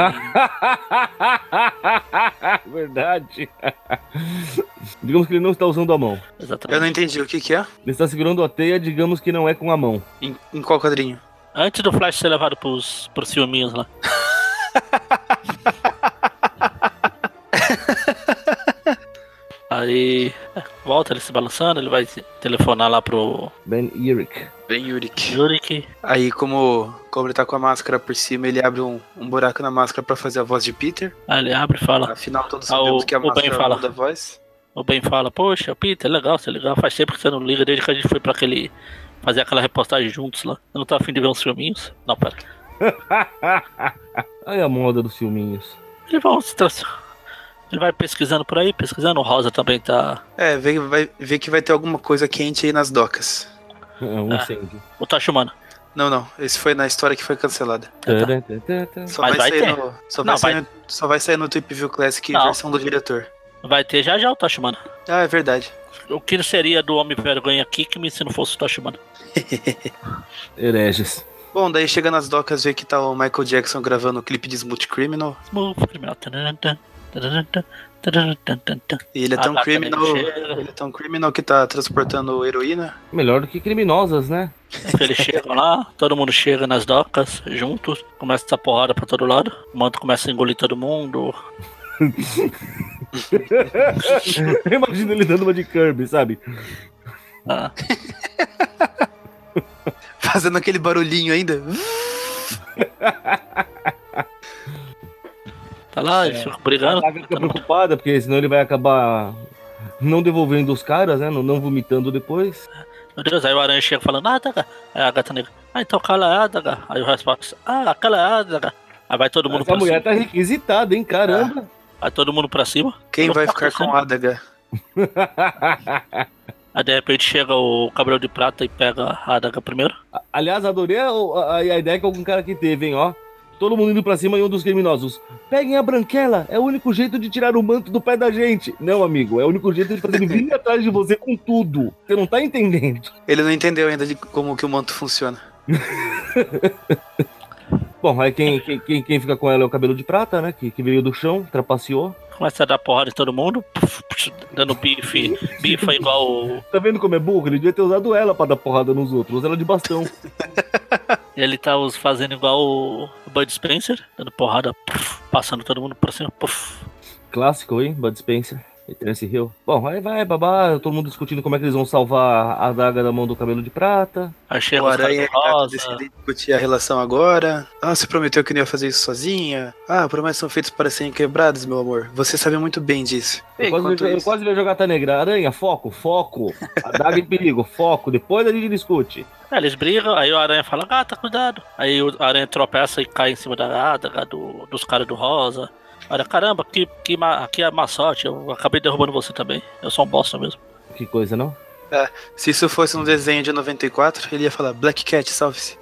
Verdade. Digamos que ele não está usando a mão. Eu Exatamente. não entendi o que que é. Ele está segurando a teia, digamos que não é com a mão. Em, em qual quadrinho? Antes do Flash ser levado pros, pros filminhos lá. Aí. é, volta ele se balançando, ele vai telefonar lá pro Ben Urich. Ben Urich. Yurik. Aí, como, como ele tá com a máscara por cima, ele abre um, um buraco na máscara pra fazer a voz de Peter. Aí ele abre e fala. Afinal, todos Ah, sabemos o- que a o Ben máscara fala. muda a voz. O Ben fala, poxa, Peter, legal, você é legal, faz tempo que você não liga desde que a gente foi pra aquele. Fazer aquela reportagem juntos lá. Eu não tô afim de ver uns filminhos? Não, pera. Aí a moda dos filminhos. Ele vai, se tra- ele vai pesquisando por aí, pesquisando. O Rosa também tá. É, vê, vai, vê que vai ter alguma coisa quente aí nas docas. É um Ah. incêndio. O Tachumana. Não, não. Esse foi na história que foi cancelada. Só Mas vai sair ter. no. Só Não, vai, vai- sair no, só vai sair no Tweep View Classic Não. versão do diretor. Vai ter já já o Tachumana. Ah, é verdade. O que seria do Homem Vergonha aqui que me se não fosse o Tachumana? Hereges. Bom, daí chega nas docas, vê que tá o Michael Jackson gravando o clipe de Smooth Criminal. Smooth criminal. Tanantan, tanantan, tanantan, tanantan. E ele é A tão gata criminal. negra chega. Ele é tão criminal que tá transportando heroína. Melhor do que criminosas, né? Eles chegam lá, todo mundo chega nas docas juntos, começa a dar porrada pra todo lado, o manto começa a engolir todo mundo. Imagina ele dando uma de Kirby, sabe? Ah, Fazendo aquele barulhinho ainda. tá lá, eles ficam brigando. A Saga fica preocupada, porque senão ele vai acabar não devolvendo os caras, né? Não, não vomitando depois. Meu Deus, aí o Aranha chega falando, ah, Adaga. Aí a gata negra, ah, então cala a Adaga. Aí o resposta, ah, aquela é a Adaga. Aí vai todo mundo Essa pra mulher cima. tá requisitada, hein? Caramba. Vai todo mundo pra cima. Quem Todo vai mundo ficar pra com cima. a Adaga? Aí de repente chega o cabelo de prata e pega a Adaga primeiro. Aliás, adorei a, a- a ideia que algum cara aqui teve, hein? Ó. Todo mundo indo pra cima e um dos criminosos. Peguem a branquela, é o único jeito de tirar o manto do pé da gente. Não, amigo, é o único jeito de fazer ele vir atrás de você com tudo. Você não tá entendendo. Ele não entendeu ainda de como que o manto funciona. Bom, aí quem, quem, quem, quem fica com ela é o cabelo de prata, né? Que, que veio do chão, trapaceou. Começa a dar porrada em todo mundo, dando bife, bifa igual o... Tá vendo como é burro? Ele devia ter usado ela pra dar porrada nos outros. Usa ela de bastão. Ele tá os- fazendo igual o Bud Spencer, dando porrada, puff, passando todo mundo por cima. Puff. Clássico, hein? Bud Spencer. E Terence Hill. Bom, aí vai, babá, todo mundo discutindo como é que eles vão salvar a adaga da mão do cabelo de prata. Aí chega O os caras Aranha de tá rosa. decidindo discutir a relação agora. Ah, você prometeu que não ia fazer isso sozinha. Ah, promessas são feitas para serem quebradas, meu amor. Você sabe muito bem disso. Eu quase, Enquanto vi- eu isso- quase vi jogar Negra. Aranha, foco, foco. Adaga em perigo, foco. Depois a gente discute. Aí eles brigam, aí o Aranha fala, gata, cuidado. Aí o Aranha tropeça e cai em cima da adaga do, dos caras do rosa. Olha, caramba, que, que ma- aqui é má sorte, eu acabei derrubando você também. Eu sou um bosta mesmo. Que coisa, não? Se isso fosse um desenho de noventa e quatro, ele ia falar Black Cat, salve-se.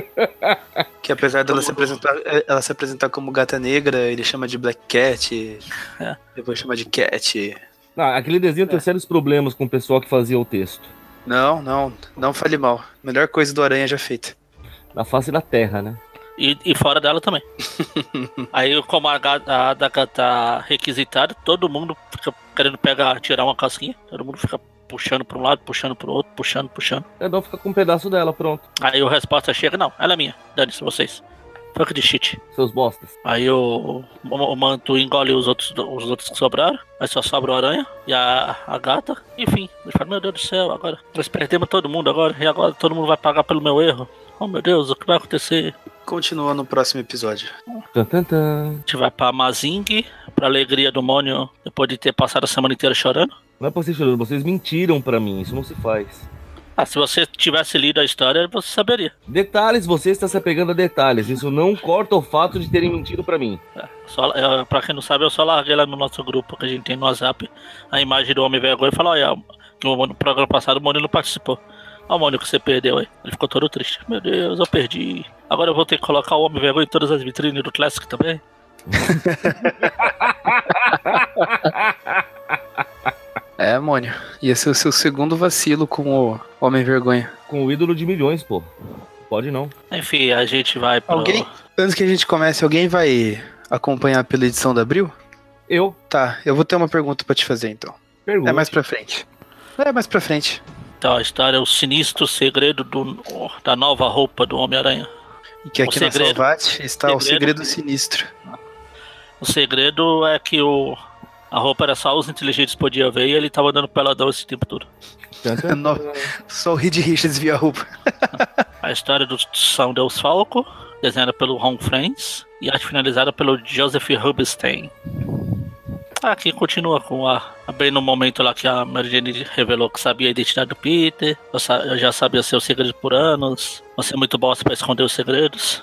Que apesar dela se apresentar, ela se apresentar como gata negra, ele chama de Black Cat. É. Depois chama de Cat. Ah, aquele desenho tem sérios problemas com o pessoal que fazia o texto. Não, não, não fale mal. Melhor coisa do Aranha já feita. Na face da terra, né? E, e fora dela também. Aí, como a, ga- a adaga tá requisitada, todo mundo fica querendo pegar, tirar uma casquinha. Todo mundo fica puxando pra um lado, puxando pro outro, puxando, puxando. Cada um fica com um pedaço dela, pronto. Aí o resposta chega, não, ela é minha. Dane-se vocês. Fuck de shit. Seus bostas. Aí o, o, o manto engole os outros, os outros que sobraram. Aí só sobra o aranha e a, a gata. Enfim, eles falam, meu Deus do céu, agora nós perdemos todo mundo agora. E agora todo mundo vai pagar pelo meu erro. Oh meu Deus, o que vai acontecer? Continua no próximo episódio. Tan, tan, tan. A gente vai pra Mazing, pra alegria do Mônio, depois de ter passado a semana inteira chorando. Não é pra vocês chorando, vocês mentiram pra mim, isso não se faz. Ah, se você tivesse lido a história, você saberia. Detalhes, você está se apegando a detalhes. Isso não corta o fato de terem mentido pra mim. É, só, é, pra quem não sabe, eu só larguei lá no nosso grupo que a gente tem no WhatsApp a imagem do Homem Vergonha e falei, olha, no programa passado o Mônio não participou. Olha o Mônio que você perdeu aí. Ele ficou todo triste. Meu Deus, eu perdi. Agora eu vou ter que colocar o Homem Vergonha em todas as vitrines do Classic também. É, Mônio. Ia ser o seu segundo vacilo com o Homem Vergonha. Com o ídolo de milhões, pô. Pode não. Enfim, a gente vai pro... Alguém? Antes que a gente comece, alguém vai acompanhar pela edição da Abril? Eu Tá, eu vou ter uma pergunta pra te fazer então. pergunto. É mais pra frente. É mais pra frente. Então, a história é o sinistro segredo do, da nova roupa do Homem-Aranha. E que aqui O na segredo. Salvat está o Segredo. segredo sinistro. O segredo é que o, a roupa era só os inteligentes podiam ver e ele tava dando peladão esse tempo todo. Tan, tan, No- tan. Só o Reed Richards via a roupa. A história do São Deus Falco, desenhada pelo Ron Friends e arte finalizada pelo Joseph Rubinstein. Aqui continua com a, a bem no momento lá que a Mary Jane revelou que sabia a identidade do Peter. Eu, sa- eu já sabia seus segredos por anos. Você é muito bosta pra esconder os segredos.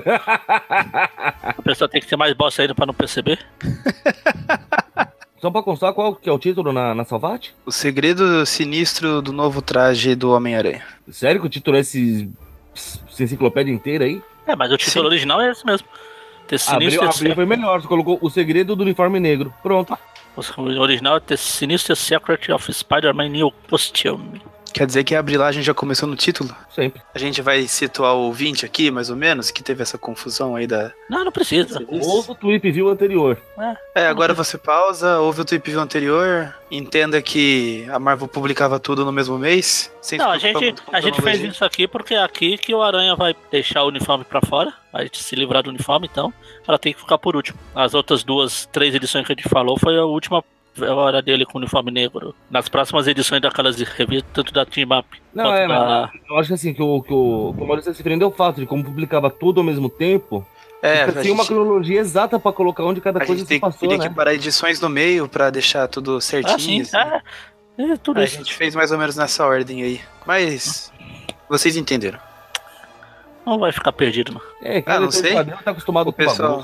A pessoa tem que ser mais bosta ainda pra não perceber. Só pra constar, qual que é o título na, na Salvat? O segredo sinistro do novo traje do Homem-Aranha. Sério que o título é esse, essa enciclopédia inteira aí? É, mas o título Sim. original é esse mesmo. The Abriu, Sinister abriu foi melhor, você colocou o segredo do uniforme negro. Pronto. O original é The Sinister Secret of Spider-Man New Costume. Quer dizer que a brilhagem já começou no título? Sempre. A gente vai situar o ouvinte aqui, mais ou menos, que teve essa confusão aí da... Não, não precisa. Ouça o Tweep View anterior. É, agora você pausa, ouve o Tweep View anterior, entenda que a Marvel publicava tudo no mesmo mês. Sem Não, se a preocupar gente, muito com a gente fez cronologia. isso aqui porque é aqui que o Aranha vai deixar o uniforme pra fora. Vai se livrar do uniforme, então ela tem que ficar por último. As outras duas, três edições que a gente falou foi a última hora dele com o uniforme negro. Nas próximas edições daquelas revistas, tanto da Team Up Não, quanto é, da... mas eu acho que assim, que o, que o, que o Maurício se prendeu o fato de como publicava tudo ao mesmo tempo. É, a tinha gente, uma cronologia exata pra colocar onde cada a coisa gente se tem, passou, teria né? que parar edições no meio pra deixar tudo certinho. Ah, sim, assim. é, é tudo A isso. gente fez mais ou menos nessa ordem aí. Mas vocês entenderam. Não vai ficar perdido, não. É, quem Ah, não leitor de sei. quadrinho tá acostumado O com pessoal- bagunça.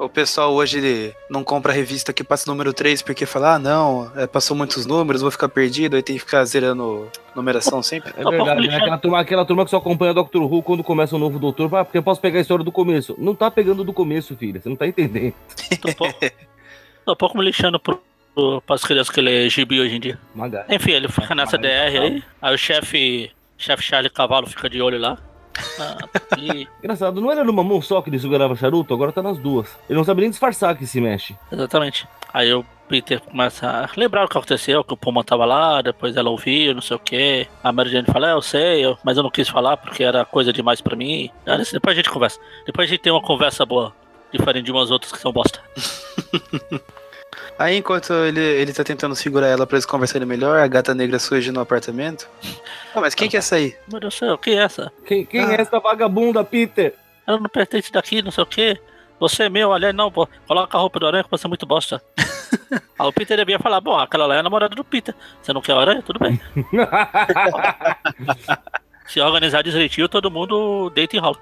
O pessoal hoje não compra a revista que passa o número três porque fala, ah, não, é, passou muitos números, vou ficar perdido, aí tem que ficar zerando numeração sempre. É verdade, né? Aquela turma, aquela turma que só acompanha Doctor Who quando começa um novo doutor, ah, porque eu posso pegar a história do começo. Não tá pegando do começo, filha, você não tá entendendo. Tô um pouco, tô um pouco me lixando pro, pro, pras crianças que ele é gibi hoje em dia. Maga. Enfim, ele fica nessa D R aí, aí o chefe, chefe Charlie Cavalo fica de olho lá. Ah, e... Engraçado, não era numa mão só que ele segurava charuto? Agora tá nas duas. Ele não sabe nem disfarçar que se mexe. Exatamente. Aí o Peter começa a lembrar o que aconteceu, que o Pullman tava lá, depois ela ouviu, não sei o que. A Mary Jane fala, é, eu sei, eu... mas eu não quis falar porque era coisa demais pra mim. Aí, depois a gente conversa. Depois a gente tem uma conversa boa, diferente de umas outras que são bosta. Aí enquanto ele, ele tá tentando segurar ela pra eles conversarem melhor, a gata negra surge no apartamento. Ah, mas quem que é essa aí? Meu Deus do céu, quem é essa? Quem, quem Ah. é essa vagabunda, Peter? Ela não pertence daqui, não sei o que. Você é meu, aliás, não, pô, coloca a roupa do aranha que você é muito bosta. Aí o Peter devia falar, bom, aquela lá é a namorada do Peter. Você não quer a aranha? Tudo bem. Se organizar direitinho, todo mundo deita e rola.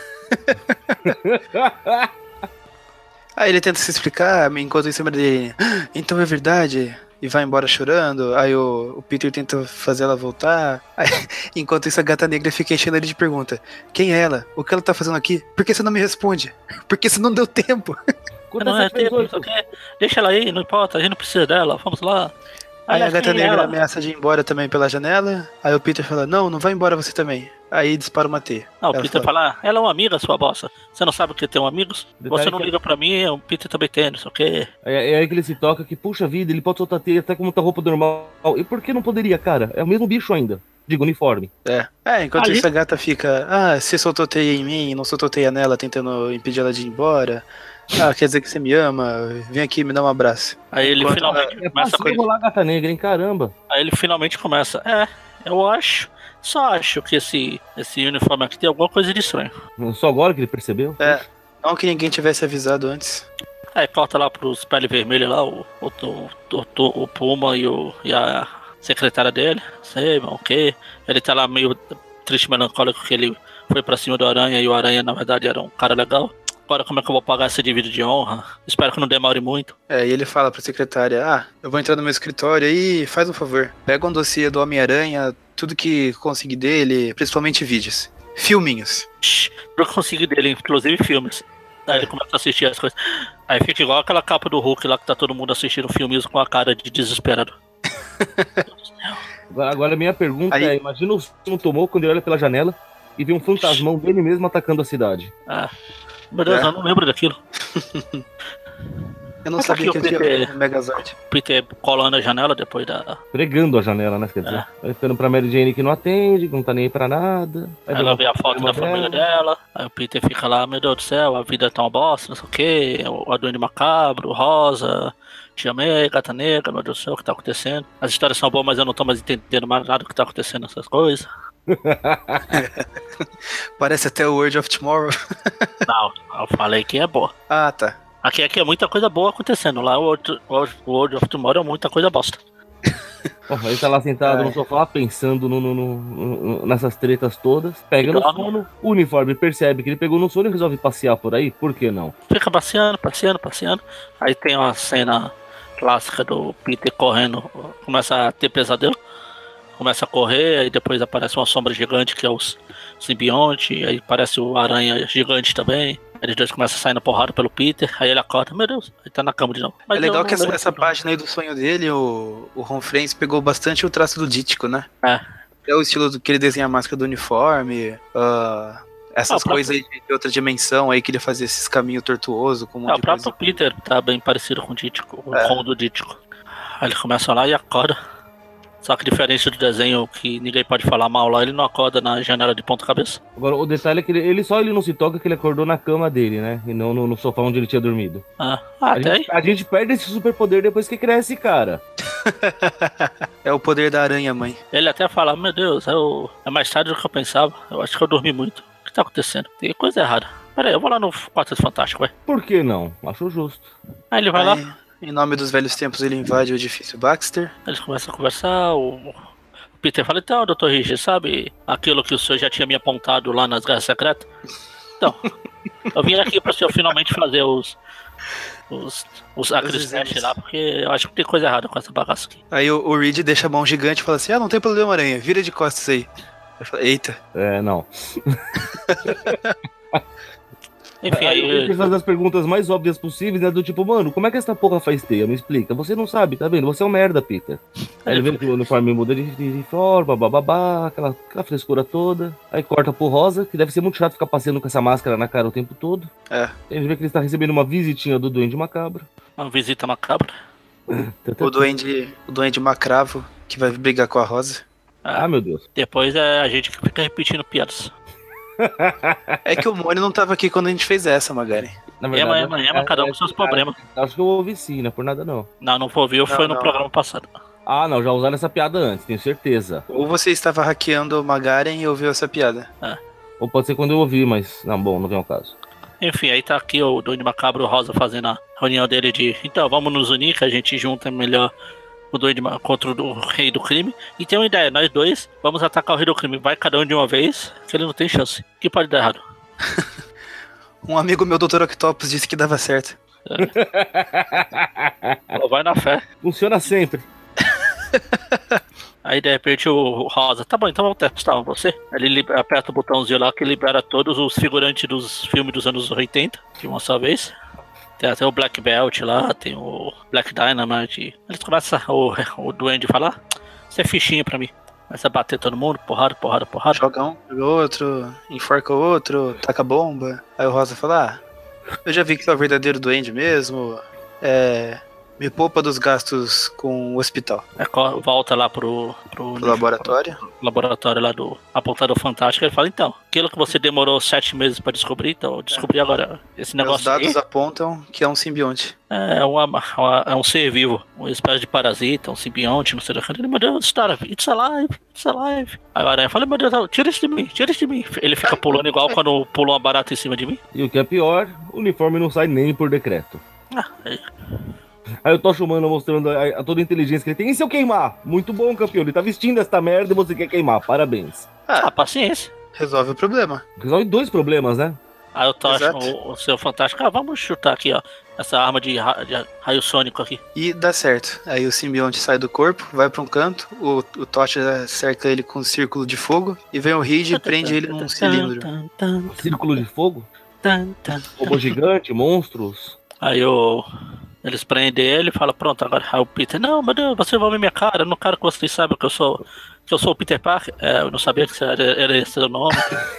Aí ele tenta se explicar, enquanto em cima dele, "Ah, então é verdade", e vai embora chorando. Aí o, o Peter tenta fazer ela voltar. Aí, enquanto isso, a gata negra fica enchendo ele de pergunta: quem é ela? O que ela tá fazendo aqui? Por que você não me responde? Por que você não deu tempo? Quando Não essa é tempo, não sei o quê. Deixa ela aí, não importa, a gente não precisa dela, vamos lá. Aí a Aliás, gata quem é negra ela? ameaça de ir embora também pela janela. Aí o Peter fala, não, não vai embora você também. Aí dispara uma teia. Não, o Ela Peter fala, ela é uma amiga, sua bosta. Você não sabe o que tem um amigos? Detalhe Você não que- liga pra mim, o Peter também tem, não sei o quê. É, é aí que ele se toca que, puxa vida, ele pode soltar teia até como tá roupa normal. E por que não poderia, cara? É o mesmo bicho ainda. Digo, uniforme. É. É, enquanto Ali- isso a gata fica, ah, você soltou teia em mim, não soltou teia nela, tentando impedir ela de ir embora. Ah, quer dizer que você me ama, vem aqui me dá um abraço. Aí ele Enquanto finalmente É começa fácil com rolar a gata negra, hein? Caramba. Aí ele finalmente começa. É, eu acho. Só acho que esse, esse uniforme aqui tem alguma coisa de estranho. Só agora que ele percebeu? É, não que ninguém tivesse avisado antes. Aí corta lá pros pele vermelha lá, o, o, o, o, o Puma e, o, e a secretária dele. Sei, mano, o quê? Ele tá lá meio triste, melancólico, que ele foi pra cima do Aranha e o Aranha, na verdade, era um cara legal. Agora como é que eu vou pagar esse dívida de honra? Espero que não demore muito. É, e ele fala pra secretária, ah, eu vou entrar no meu escritório aí, faz um favor. Pega um dossiê do Homem-Aranha, tudo que conseguir dele, principalmente vídeos. Filminhos. Shhh, eu consegui dele, inclusive filmes. Aí ele começa a assistir as coisas. Aí fica igual aquela capa do Hulk lá que tá todo mundo assistindo filmes com a cara de desesperado. Agora, agora a minha pergunta Aí- é, imagina o som tomou quando ele olha pela janela e vê um fantasmão dele mesmo atacando a cidade. Ah, meu Deus, É. eu não lembro daquilo. Eu não Mas sabia aqui que o eu Peter- tinha um Megazord. Peter colando a janela depois da. Pregando a janela, né? Quer dizer, vai ficando pra Mary Jane que não atende, que não tá nem aí pra nada. Aí Ela vê a foto da problema família dela. Aí o Peter fica lá, meu Deus do céu, a vida tá uma bosta, não sei o que. O Duende Macabro, o Rosa, Tia May, Gata Negra, meu Deus do céu, o que tá acontecendo? As histórias são boas, mas eu não tô mais entendendo mais nada do que tá acontecendo nessas coisas. Parece até o World of Tomorrow. Não, eu falei que é boa. Ah, tá. Aqui, aqui é muita coisa boa acontecendo. Lá o World, o World of Tomorrow é muita coisa bosta. Ó, ele tá lá sentado Ai. no sofá, pensando no, no- no- no- nessas tretas todas, pega no Legal. sono, o uniforme percebe que ele pegou no sono e resolve passear por aí, por que não? Fica passeando, passeando, passeando. Aí tem uma cena clássica do Peter correndo, começa a ter pesadelo. Começa a correr, aí depois aparece uma sombra gigante que é o simbionte, aí aparece o aranha gigante também. Aí eles dois começam a sair na porrada pelo Peter, aí ele acorda, meu Deus, ele tá na cama de novo. Mas É legal eu que não essa, lembro essa tudo. página aí do sonho dele, o, o Ron Friends pegou bastante o traço do Dítico, né? É. É o estilo do que ele desenha a máscara do uniforme, ah, essas Ah, o próprio- coisas aí de outra dimensão aí que ele fazia esses caminhos tortuosos com um É, monte o de próprio coisa. Peter tá bem parecido com o Dítico, o É. Ron do Dítico. Aí ele começa lá e acorda. Só que diferente do desenho que ninguém pode falar mal lá, ele não acorda na janela de ponta cabeça. Agora, o detalhe é que ele, ele só ele não se toca que ele acordou na cama dele, né? E não no, no sofá onde ele tinha dormido. Ah, ah, A até aí. gente, a gente perde esse superpoder depois que cresce, cara. É o poder da aranha, mãe. Ele até fala, meu Deus, é, o- é mais tarde do que eu pensava. Eu acho que eu dormi muito. O que tá acontecendo? Tem coisa errada. Pera aí, eu vou lá no Quarteto Fantástico, vai. Por que não? Acho justo. Aí ele vai Aí, lá, em nome dos velhos tempos, ele invade o edifício Baxter. eles começam a conversar, o o Peter fala, então, doutor Richard, sabe aquilo que o senhor já tinha me apontado lá nas Guerras Secretas? Então, eu vim aqui para o senhor finalmente fazer os, os, os, a Cristete lá, porque eu acho que tem coisa errada com essa bagaça aqui. Aí o, o Reed deixa a mão gigante e fala assim, ah, não tem problema, aranha, vira de costas aí. Eu falo, eita. É, não. Enfim, aí... Ele tem que fazer as perguntas mais óbvias possíveis, né? Do tipo, mano, como é que essa porra faz teia? Me explica. Você não sabe, tá vendo? Você é um merda, Peter. Aí ele vê que o uniforme muda de, de, de forma, bababá, aquela, aquela frescura toda. Aí corta pro Rosa, que deve ser muito chato ficar passeando com essa máscara na cara o tempo todo. É. A gente vê que ele está recebendo uma visitinha do Duende Macabro. Uma visita macabra. O Duende, o Duende Macravo, que vai brigar com a Rosa. Ah, meu Deus. Depois é a gente que fica repetindo piadas. É que o Mônio não tava aqui quando a gente fez essa, Magari. Na Ema, ema, ema, cada um com seus problemas. Acho que eu ouvi sim, não é por nada não. Não, não ouviu, foi no não. programa passado. Ah, não, já usaram essa piada antes, tenho certeza. Ou você estava hackeando o Magaren e ouviu essa piada. É. Ou pode ser quando eu ouvi, mas não, bom, não vem ao caso. Enfim, aí tá aqui o Duende Macabro, o Rosa fazendo a reunião dele de então, vamos nos unir, que a gente junta melhor o Duende Ma- contra o Rei do Crime. E tem uma ideia, nós dois vamos atacar o Rei do Crime. Vai cada um de uma vez, que ele não tem chance. Que pode dar errado. Um amigo meu, doutor Octopus, disse que dava certo. Falou, vai na fé. Funciona sempre. Aí de repente o Rosa, tá bom, então vamos testar você. Ele liber- aperta o botãozinho lá que libera todos os figurantes dos filmes dos anos oitenta, de uma só vez. Tem até o Black Belt lá, tem o Black Dynamite. Eles começam, o, o Duende falar, isso é fichinha pra mim. Começa a bater todo mundo, porrada, porrada, porrada. Joga um, joga outro, enforca o outro, taca bomba. Aí o Rosa fala, ah, eu já vi que tu é o verdadeiro Duende mesmo. É... Me poupa dos gastos com o hospital. É, co- volta lá pro, pro, Pro laboratório. laboratório lá do Apontador Fantástico. Ele fala, então, aquilo que você demorou sete meses pra descobrir, então eu descobri agora. Esse Os negócio dados aí apontam que é um simbionte. é, uma, uma- é um ser vivo, uma espécie de parasita, um simbionte, não sei o que. Ele, meu Deus, Star, it's alive, it's alive. Aí o Aranha fala, meu Deus, tira isso de mim, tira isso de mim. Ele fica pulando igual quando pula uma barata em cima de mim. E o que é pior, o uniforme não sai nem por decreto. Ah, aí, Aí eu tô chamando, mostrando a, a toda a inteligência que ele tem. E se eu queimar? Muito bom, campeão. Ele tá vestindo esta merda e você quer queimar. Parabéns. ah, Ah, paciência. resolve o problema. Resolve dois problemas, né? Aí eu tocho Exato. o, o seu fantástico, ah, vamos chutar aqui, ó, essa arma de, ra- de raio sônico aqui. E dá certo. Aí o simbionte sai do corpo, vai pra um canto, o, o Tocha cerca ele com um círculo de fogo, e vem o Reed e prende ele num cilindro. Tan, tan, Círculo de fogo, tan, tan, robô gigante, monstros. Aí o. Eles prendem ele e falam, pronto, agora aí o Peter, não, meu Deus, você vai ver minha cara, eu não quero que vocês saibam que eu sou. Que eu sou o Peter Parker. É, eu não sabia que era, era esse o nome.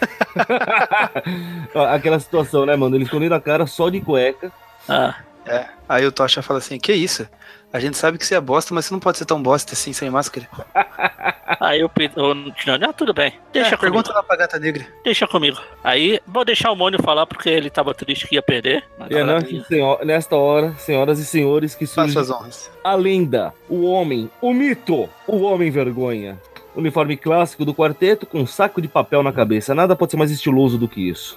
Aquela situação, né, mano? Ele escondendo a cara só de cueca. Ah, É. Aí o Tocha fala assim, que isso? A gente sabe que você é bosta, mas você não pode ser tão bosta assim, sem máscara. aí o Peter. O Johnny, ah, tudo bem, deixa É, comigo. pergunta lá pra Gata Negra. Deixa comigo. Aí, vou deixar o Mônio falar porque ele tava triste que ia perder. E é Agora, nesta, senhora, nesta hora, senhoras e senhores, que surge Faça as honras. a lenda, o homem, o mito, o homem vergonha. Uniforme clássico do quarteto com um saco de papel na cabeça. Nada pode ser mais estiloso do que isso.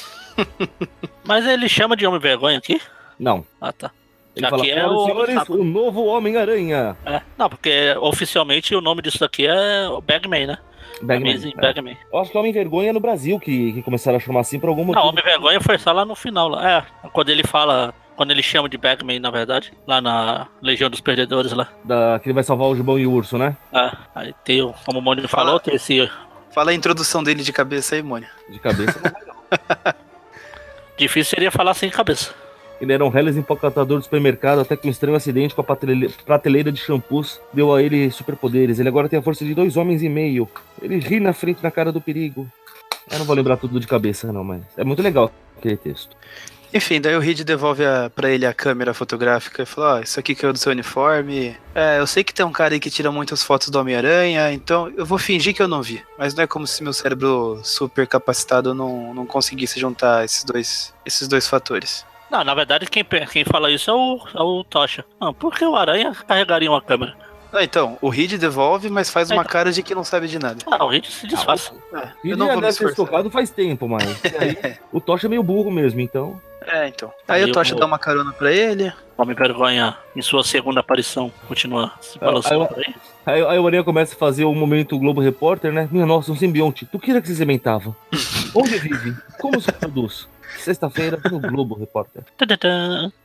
Mas ele chama de homem vergonha aqui? Não. Ah, tá. Ele Aqui fala, é senhoras o e senhores, saco. o novo Homem-Aranha. É. Não, porque oficialmente o nome disso daqui é o Bagman, né? Bagman. Amazing É. Bagman. Eu acho que Homem Vergonha é no Brasil que, que começaram a chamar assim por algum motivo. Não, Homem Vergonha foi só lá no final. Lá. É, quando ele fala. Quando ele chama de Bagman, na verdade. Lá na Legião dos Perdedores lá. Da, que ele vai salvar o Gibão e o Urso, né? É, aí tem, o- como o Mônio Fala. falou, tem esse. Fala a introdução dele de cabeça aí, Mônio. De cabeça. não vai não. Difícil seria falar sem cabeça. Ele era um reles empacotador do supermercado até que um estranho acidente com a pratele- prateleira de shampoos deu a ele superpoderes. Ele agora tem a força de dois homens e meio. Ele ri na frente na cara do perigo. Eu não vou lembrar tudo de cabeça não, mas é muito legal aquele texto. Enfim, daí o Reed devolve a, pra ele a câmera fotográfica e fala, ó, isso aqui que é o do seu uniforme. É, eu sei que tem um cara aí que tira muitas fotos do Homem-Aranha, então eu vou fingir que eu não vi. Mas não é como se meu cérebro super capacitado não, não conseguisse juntar esses dois, esses dois fatores. Não, na verdade, quem, pe- quem fala isso é o, é o Tocha. Não, por que o Aranha carregaria uma câmera? Ah, então, o Reed devolve, mas faz uma Então. cara de que não sabe de nada. Ah, o Reed se desfaz. É, Ele eu não já vou me deve ter esforçar. tocado faz tempo, mas aí, o Tocha é meio burro mesmo, então. É, então. Aí Aí o Tocha eu- dá uma carona pra ele. Homem Vergonha, em sua segunda aparição, continua se balançando Ah, por aí. Aí, aí o Aranha começa a fazer o momento Globo Repórter, né? Minha nossa, um simbionte. Tu que era que se sementava? Onde vive? Como se produz? Sexta-feira no Globo Repórter. Tadadã.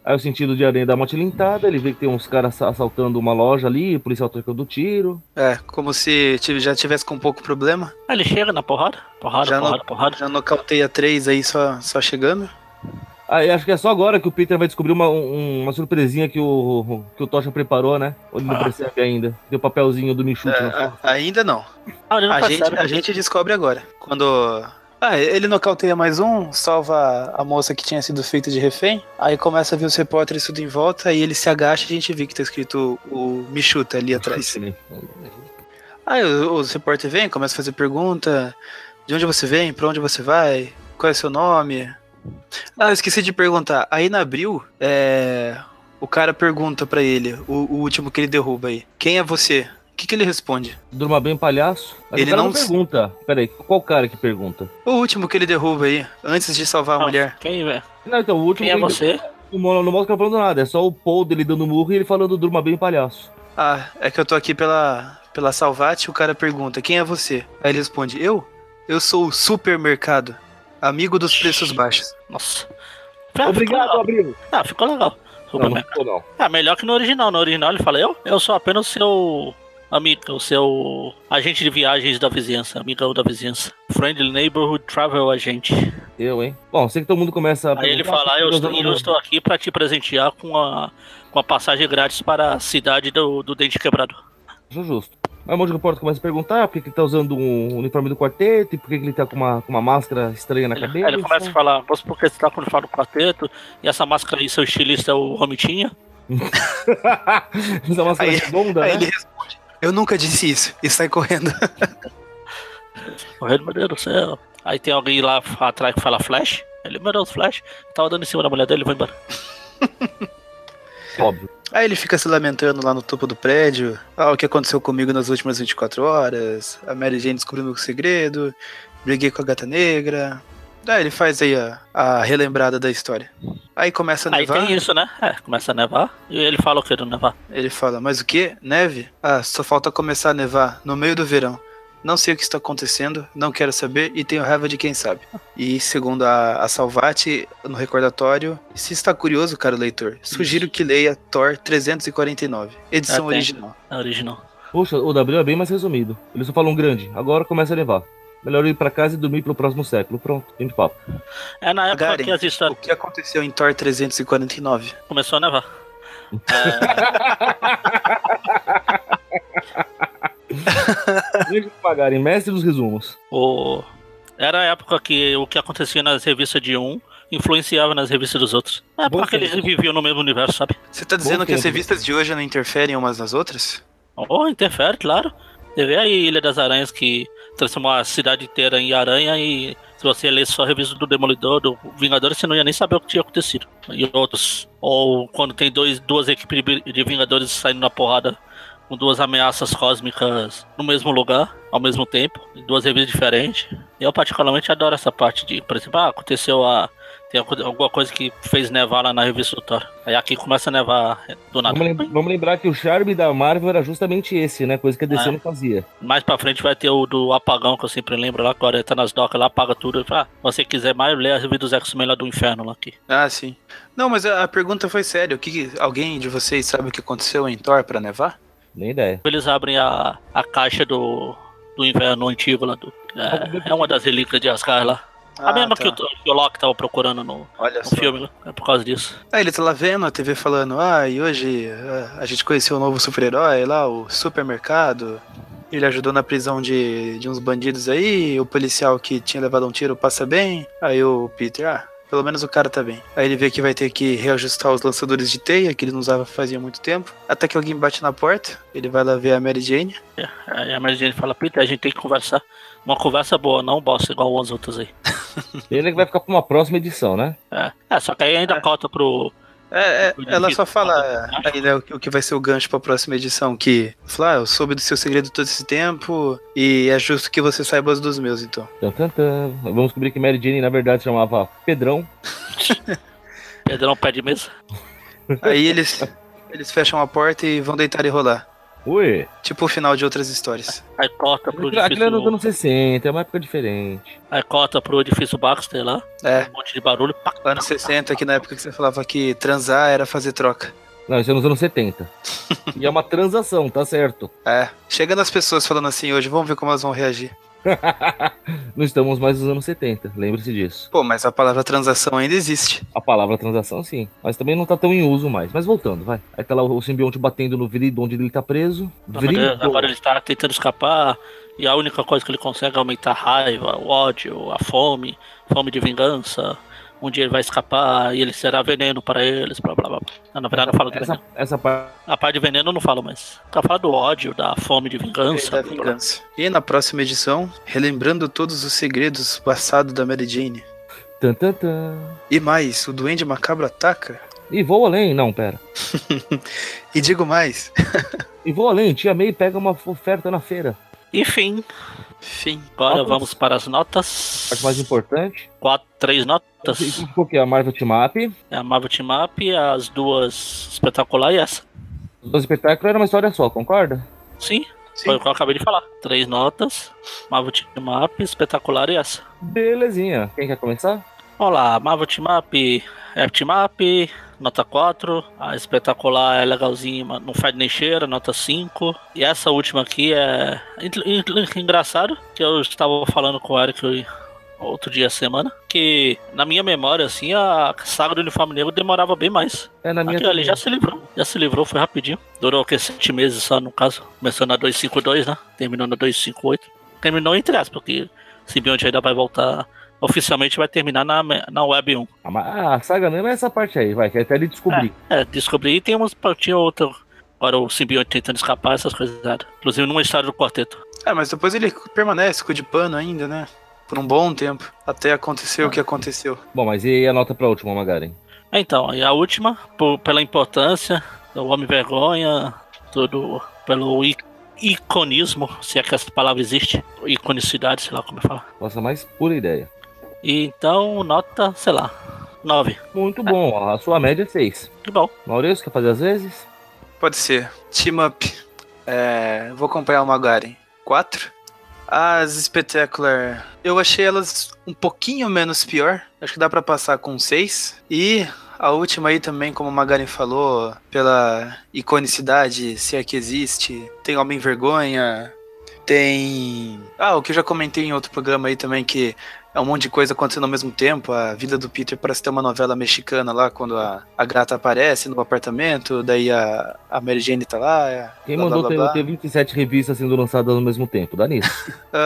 Aí o sentido de aranha dá uma tilintada, ele vê que tem uns caras assaltando uma loja ali, o policial trocando tiro. É, como se tive- já tivesse com um pouco problema. Aí ele chega na porrada, porrada, Já porrada, no- porrada. Já nocauteia três aí só, só chegando. Aí acho que é só agora que o Peter vai descobrir uma, um- uma surpresinha que o, que o Tocha preparou, né? Ou ele não Ah. percebe ainda. Tem o papelzinho do Michute. É, na a- sua- ainda não. Ah, ele não A gente, percebe. a gente descobre agora. Quando. Ah, ele nocauteia mais um, salva a moça que tinha sido feita de refém. Aí começa a ver os repórteres tudo em volta. Aí ele se agacha e a gente vê que tá escrito o Michuta ali atrás. Aí os, os repórteres vêm, começam a fazer pergunta. De onde você vem? Pra onde você vai? Qual é seu nome? Ah, eu esqueci de perguntar. Aí na Abril, é... o cara pergunta pra ele, o, o último que ele derruba aí. Quem é você? O que, que ele responde? Durma bem, palhaço. Mas Ele o cara não- não pergunta. Pera aí, qual cara que pergunta? O último que ele derruba aí, antes de salvar a Não, mulher. Quem, velho? Não, então, o último. Quem é que- você? Não mo- não mostra falando nada, é só o Paul dele dando murro e ele falando durma bem, palhaço. Ah, é que eu tô aqui pela, pela Salvati, o cara pergunta, quem é você? Aí ele responde, eu? Eu sou o Supermercado, amigo dos preços baixos. Nossa. Ah, Obrigado, ficou legal. Abril. Ah, ficou legal. Não, não Supermercado. ficou não. Ah, melhor que no original. No original ele fala, eu? Eu sou apenas o seu amigo, o seu agente de viagens da vizinhança, amigão da vizinhança. Friendly Neighborhood Travel Agent. Eu, hein? Bom, sei que todo mundo começa a Aí ele perguntar, fala, "Ah, eu, "Tá estou, usando eu um- estou aqui pra te presentear com a, com a passagem grátis para a cidade do, do Dente Quebrado." Acho justo. Aí um monte de repórter começa a perguntar por que, que ele tá usando um uniforme do quarteto e por que, que ele tá com uma, com uma máscara estranha na Ele, cabeça. aí ele começa a falar, "Posso porque você tá com o uniforme do quarteto, e essa máscara aí, seu estilista é o Romitinha." Usa máscara Aí- redonda, Aí né? ele responde, eu nunca disse isso, e sai correndo. Correndo, meu Deus do céu. Aí tem alguém lá atrás que fala Flash. Ele, meu Deus, Flash. Tava dando em cima da mulher dele, vai embora. Óbvio. Aí ele fica se lamentando lá no topo do prédio. Ah, o que aconteceu comigo nas últimas vinte e quatro horas. A Mary Jane descobriu meu segredo. Briguei com a Gata Negra. Aí ele faz aí a, a relembrada da história. Aí começa a Aí nevar. tem isso, né? É, começa a nevar. E ele fala o que do nevar? Ele fala, mas o que? Neve? Ah, só falta começar a nevar no meio do verão. Não sei o que está acontecendo, não quero saber e tenho raiva de quem sabe. E segundo a, a Salvati, no recordatório, se está curioso, caro leitor, sugiro que leia Thor trezentos e quarenta e nove, edição É, tem. original. É original. Poxa, o W é bem mais resumido. Ele só fala um grande. Agora começa a levar. Melhor ir pra casa e dormir pro próximo século. Pronto, fim de papo. É na época Garen, que as o histórias que aconteceu em Thor trezentos e quarenta e nove? começou a nevar. Deixa eu pagarem, mestre dos resumos. O... Era a época que o que acontecia nas revistas de um influenciava nas revistas dos outros. É Bom porque eles tempo. viviam no mesmo universo, sabe? Você tá dizendo Bom que as tempo. revistas de hoje não interferem umas nas outras? Oh, interfere, claro. Você vê aí Ilha das Aranhas que transformou a cidade inteira em aranha e se você lê só a revista do Demolidor, do Vingadores, você não ia nem saber o que tinha acontecido. E outros. Ou quando tem dois, duas equipes de de Vingadores saindo na porrada com duas ameaças cósmicas no mesmo lugar, ao mesmo tempo, em duas revistas diferentes. Eu particularmente adoro essa parte de, por exemplo, ah, aconteceu a... Tem alguma coisa que fez nevar lá na revista do Thor. Aí aqui começa a nevar do nada. Vamos, lem- vamos lembrar que o charme da Marvel era justamente esse, né? Coisa que a D C É. não fazia. Mais pra frente vai ter o do apagão, que eu sempre lembro lá, quando ele tá nas docas lá, apaga tudo. Ah, se você quiser mais, lê a revista dos X-Men lá do inferno lá aqui. Ah, sim. Não, mas a, a pergunta foi séria. O que, que- alguém de vocês sabe o que aconteceu em Thor pra nevar? Nem ideia. Eles abrem a, a caixa do, do inverno antigo lá. Do, é, é uma das relíquias de Asgard lá. a mesma tá. que, o, que o Loki tava procurando no, Olha no só. filme, né? É por causa disso. Aí ele tá lá vendo a T V falando, ah, e hoje ah, a gente conheceu o novo super-herói lá, o Supermercado. Ele ajudou na prisão de, de uns bandidos aí, o policial que tinha levado um tiro passa bem. Aí o Peter, ah, pelo menos o cara tá bem. Aí ele vê que vai ter que reajustar os lançadores de teia, que ele não usava fazia muito tempo. Até que alguém bate na porta, ele vai lá ver a Mary Jane. É, aí a Mary Jane fala, Peter, a gente tem que conversar. Uma conversa boa, não bosta, igual os outros aí. Ele é que vai ficar pra uma próxima edição, né? É, é só que aí ainda cota pro... É, é, ela só fala Acho. aí, né, o que- o que vai ser o gancho pra próxima edição, que fala, ah, eu soube do seu segredo todo esse tempo e é justo que você saiba os dos meus, então. Tan, tan, tan. Vamos descobrir que Mary Jane, na verdade, chamava Pedrão. Pedrão pé de mesa. Aí eles, eles fecham a porta e vão deitar e rolar. Oi. Tipo o final de outras histórias. Aí corta pro Aquilo aquilo é nos edifício. anos sessenta, é uma época diferente. Aí corta pro edifício Baxter lá. É, Um monte de barulho. Pá, anos sessenta, que na época que você falava que transar era fazer troca. Não, isso é nos anos setenta. E é uma transação, tá certo. É, chegando as pessoas falando assim hoje, vamos ver como elas vão reagir. Não estamos mais nos anos setenta, lembre-se disso. Pô, mas a palavra transação ainda existe. A palavra transação, sim. Mas também não tá tão em uso mais. Mas voltando, vai. Aí tá lá o simbionte batendo no Virido, onde ele tá preso. Virido. Agora ele tá tentando escapar. E a única coisa que ele consegue é aumentar a raiva, o ódio, a fome, fome de vingança. Um dia ele vai escapar e ele será veneno para eles, blá blá blá. Não, na verdade, não falo do essa, veneno. essa parte. A parte de veneno eu não falo, mas. Tá falando do ódio, da fome de vingança. Da blá, blá. vingança. E na próxima edição, relembrando todos os segredos do passado da Mary Jane. Tan, tan, tan. E mais, o Duende Macabro ataca. E vou além, não, pera. E digo mais. E vou além, tia May pega uma oferta na feira. Enfim, Fim. agora Notas. vamos para as notas. Parte mais importante. Quatro, três notas. Ficou o que? A Marvel Team Up. É a Marvel Team Up, as duas espetacular e essa. Os dois espetáculos era uma história só, concorda? Sim, Sim. foi o que eu acabei de falar. Três notas, Marvel Team Up, espetacular e essa. Belezinha. Quem quer começar? Vamos lá, Marvel Team Up, é Team Up, nota quatro. A espetacular é legalzinha, mas não faz nem cheira, nota cinco. E essa última aqui é en- en- engraçado, que eu estava falando com o Eric outro dia, semana, que na minha memória, assim, a saga do Uniforme Negro demorava bem mais. É na minha Aquilo ali também. já se livrou, já se livrou, foi rapidinho. Durou o que, sete meses só, no caso. Começou na duzentos e cinquenta e dois, né? Terminou na duzentos e cinquenta e oito. Terminou entre aspas, porque Simbionte ainda vai voltar. Oficialmente vai terminar na, na Web um. Ah, mas a saga mesmo é essa parte aí, vai, que é até ele descobrir. É, descobri e tem umas tinha outra. Agora o Simbionte tentando escapar, essas coisas. Inclusive numa história do quarteto. É, mas depois ele permanece com o de pano ainda, né? Por um bom tempo. Até acontecer o que aconteceu. Bom, mas e a nota pra última, Magaren? Então, e a última, por, pela importância do Homem-Vergonha, tudo pelo i- iconismo, se é que essa palavra existe, iconicidade, sei lá como é falar. Nossa mais pura ideia. E então, nota, sei lá, nove. Muito bom, a sua média é seis. Que bom. Maurício, quer fazer as vezes? Pode ser. Team Up. É, vou acompanhar o Magaren. quatro. As Spectacular, eu achei elas um pouquinho menos pior. Acho que dá pra passar com seis. E a última aí também, como o Magaren falou, pela iconicidade, se é que existe. Tem Homem-Vergonha. Tem... Ah, o que eu já comentei em outro programa aí também, que é um monte de coisa acontecendo ao mesmo tempo. A vida do Peter parece ter uma novela mexicana lá, quando a, a gata aparece no apartamento, daí a, a Mary Jane tá lá. é, Quem blá, blá, mandou blá, ter, blá. ter vinte e sete revistas sendo lançadas ao mesmo tempo? Dá nisso.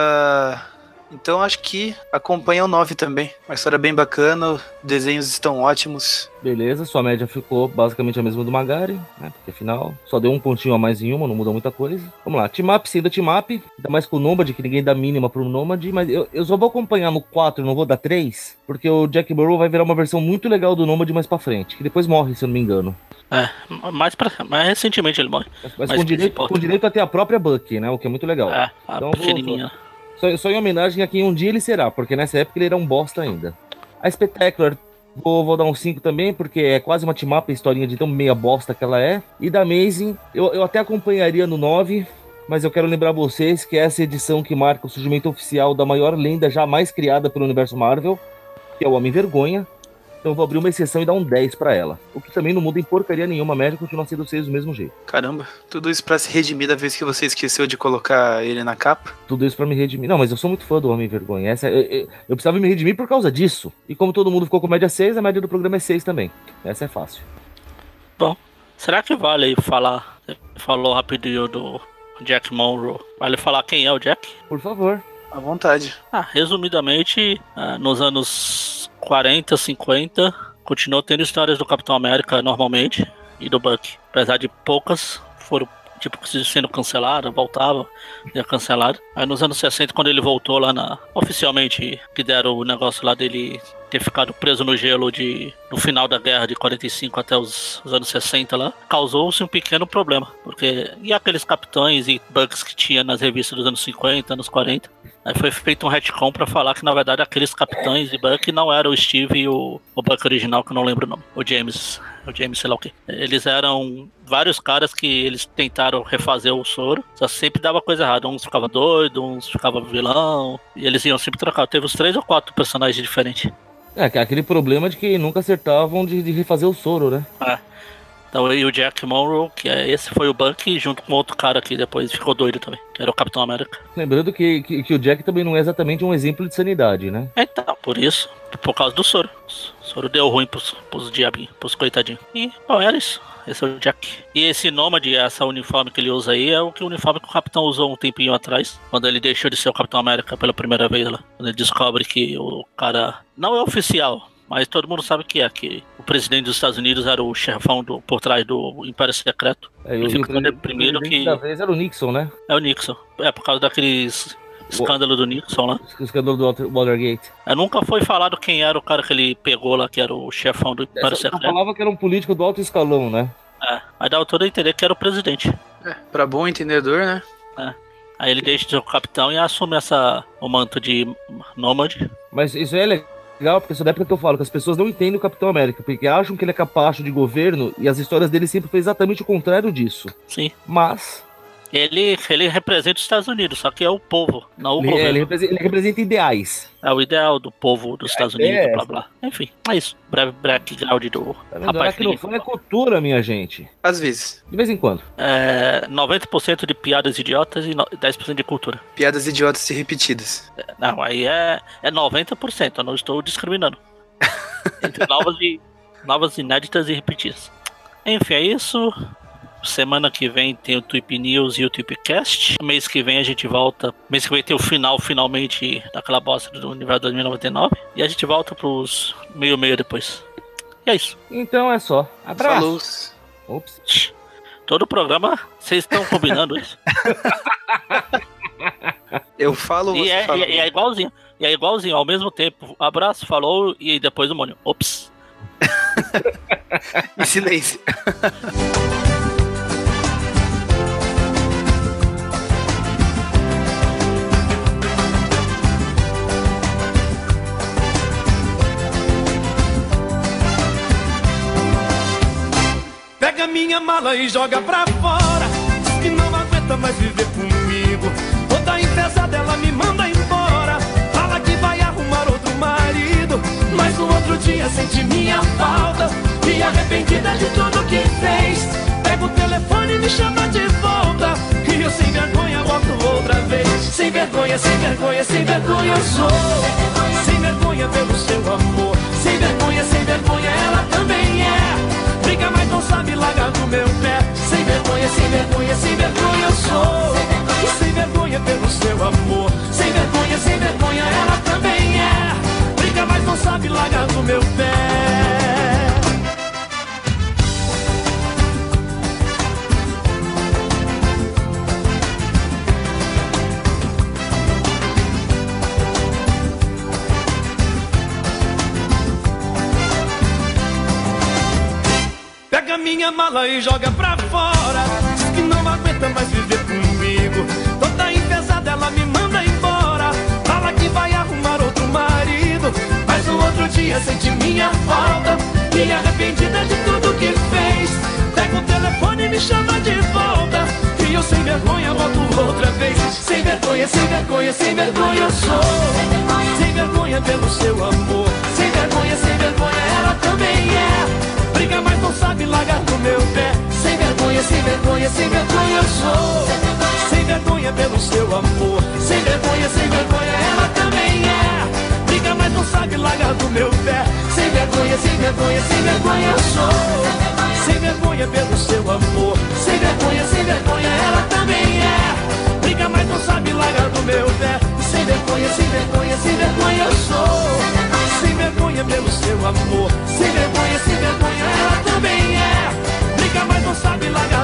Ah, então acho que acompanha o nove também. Uma história bem bacana, os desenhos estão ótimos. Beleza, sua média ficou basicamente a mesma do Magari, né? Porque afinal só deu um pontinho a mais em uma, não muda muita coisa. Vamos lá, Team Up, sendo Team Up, ainda mais com o Nômade, que ninguém dá mínima pro Nômade, mas eu, eu só vou acompanhar no quatro, não vou dar três, porque o Jack Burrow vai virar uma versão muito legal do Nômade mais pra frente, que depois morre, se eu não me engano. É, mais, pra, mais recentemente ele morre. Mas, mas Mas com, que direito, importa? com direito a ter a própria Bucky, né? O que é muito legal. É, a Então, vou- pequenininha. Só, só em homenagem a quem um dia ele será, porque nessa época ele era um bosta ainda. A Spectacular, vou, vou dar um cinco também, porque é quase uma team-up, a historinha de tão meia bosta que ela é. E da Amazing, eu, eu até acompanharia no nove, mas eu quero lembrar vocês que essa é a edição que marca o surgimento oficial da maior lenda jamais criada pelo universo Marvel, que é o Homem-Vergonha. Então eu vou abrir uma exceção e dar um dez pra ela. O que também não muda em porcaria nenhuma, a média continua sendo seis do mesmo jeito. Caramba, tudo isso pra se redimir da vez que você esqueceu de colocar ele na capa. Tudo isso pra me redimir. Não, mas eu sou muito fã do Homem-Vergonha. Essa, eu, eu, eu precisava me redimir por causa disso. E como todo mundo ficou com média seis, a média do programa é seis também. Essa é fácil. Bom, será que vale falar? Você falou rapidinho do Jack Monroe. Vale falar quem é o Jack? Por favor. À vontade. Ah, resumidamente, ah, nos anos quarenta, cinquenta, continuou tendo histórias do Capitão América normalmente e do Bucky. Apesar de poucas foram tipo sendo canceladas, voltavam, ia cancelado. Aí nos anos sessenta, quando ele voltou lá na. Oficialmente, que deram o negócio lá dele ter ficado preso no gelo de, no final da guerra de quarenta e cinco até os, os anos sessenta lá, causou-se um pequeno problema. Porque e aqueles capitães e bugs que tinha nas revistas dos anos cinquenta, anos quarenta? Aí foi feito um retcon pra falar que na verdade aqueles capitães e Buck não eram o Steve e o, o Buck original, que eu não lembro o nome, o James. o James, sei lá o que. Eles eram vários caras que eles tentaram refazer o soro, só sempre dava coisa errada. Uns ficavam doidos, uns ficavam vilão, e eles iam sempre trocar. Teve uns três ou quatro personagens diferentes. É, aquele problema de que nunca acertavam de, de refazer o soro, né? É. Então, e o Jack Monroe, que é, esse foi o Bucky, junto com outro cara que depois ficou doido também, que era o Capitão América. Lembrando que, que, que o Jack também não é exatamente um exemplo de sanidade, né? Então, por isso, por causa do soro. O soro deu ruim pros, pros diabinhos, pros coitadinhos. E, bom, era isso. Esse é o Jack. E esse Nômade, essa uniforme que ele usa aí, é o que o uniforme que o Capitão usou um tempinho atrás, quando ele deixou de ser o Capitão América pela primeira vez lá. Quando ele descobre que o cara não é oficial, mas todo mundo sabe que é, que o presidente dos Estados Unidos era o chefão do, por trás do Império Secreto. É, ele ficou deprimido que... da vez era o Nixon, né? É o Nixon. É, por causa daqueles... escândalo do Nixon lá. O escândalo do Watergate. É, nunca foi falado quem era o cara que ele pegou lá, que era o chefão do Império Essa, Secreto. falava que era um político do alto escalão, né? É, mas dava todo a entender que era o presidente. É, pra bom entendedor, né? É. Aí ele deixa de ser o capitão e assume essa, o manto de Nômade. Mas isso é legal, porque isso é da época que eu falo, que as pessoas não entendem o Capitão América, porque acham que ele é capacho de governo, e as histórias dele sempre foi exatamente o contrário disso. Sim. Mas... Ele, ele representa os Estados Unidos, só que é o povo, não o ele, governo. Ele representa, ele representa ideais. É o ideal do povo dos Estados Unidos, é blá blá. Enfim, é isso. Breve background do tá vendo? rapaz. Que não foi é cultura, minha gente. Às vezes. De vez em quando. É, noventa por cento de piadas idiotas e dez por cento de cultura. Piadas idiotas e repetidas. Não, aí é, é noventa por cento, eu não estou discriminando. Entre novas e, novas inéditas e repetidas. Enfim, é isso. Semana que vem tem o Tweep News e o Tweepcast. Mês que vem a gente volta. Mês que vem tem o final, finalmente, daquela bosta do universo dois mil e noventa e nove. E a gente volta pros meio-meio depois. E é isso. Então é só. Abraço. Falou. Ops. Todo o programa, vocês estão combinando isso? Eu falo, e você é, fala. e é igualzinho. E é igualzinho, ao mesmo tempo. Abraço, falou e depois o mônio. Ops. Em silêncio. Pega minha mala e joga pra fora. Diz que não aguenta mais viver comigo. Toda enfesada ela me manda embora. Fala que vai arrumar outro marido. Mas no outro dia sente minha falta. E arrependida de tudo que fez, pega o telefone e me chama de volta. E eu sem vergonha volto outra vez. Sem vergonha, sem vergonha, sem vergonha eu sou. Sem vergonha pelo seu amor. Sem vergonha, sem vergonha ela também é. Briga, mas não sabe largar do meu pé. Sem vergonha, sem vergonha, sem vergonha eu sou. Sem vergonha pelo seu amor. Sem vergonha, sem vergonha ela também é. Briga, mas não sabe largar do meu pé. Pega minha mala e joga pra fora. Diz que não aguenta mais viver comigo. Toda enfesada ela me manda embora. Fala que vai arrumar outro marido. Mas no outro dia sente minha falta. E arrependida de tudo que fez, pega o telefone e me chama de volta. E eu sem vergonha volto outra vez. Sem vergonha, sem vergonha, sem vergonha eu sou. Sem vergonha pelo seu amor. Sem vergonha, sem vergonha ela também é. Briga, mas não sabe largar do meu pé. Sem vergonha, sem vergonha, sem vergonha eu sou. Sem vergonha pelo seu amor. Sem vergonha, sem vergonha ela também é. Briga, mas não sabe largar do meu pé. Sem vergonha, sem vergonha, sem vergonha eu sou. Sem vergonha pelo seu amor. Sem vergonha, sem vergonha ela também é. Briga, mas não sabe largar do meu pé. Sem vergonha, sem vergonha, sem vergonha eu sou. Sem vergonha pelo seu amor. Sem vergonha, sem vergonha ela também é. Briga, mas não sabe largar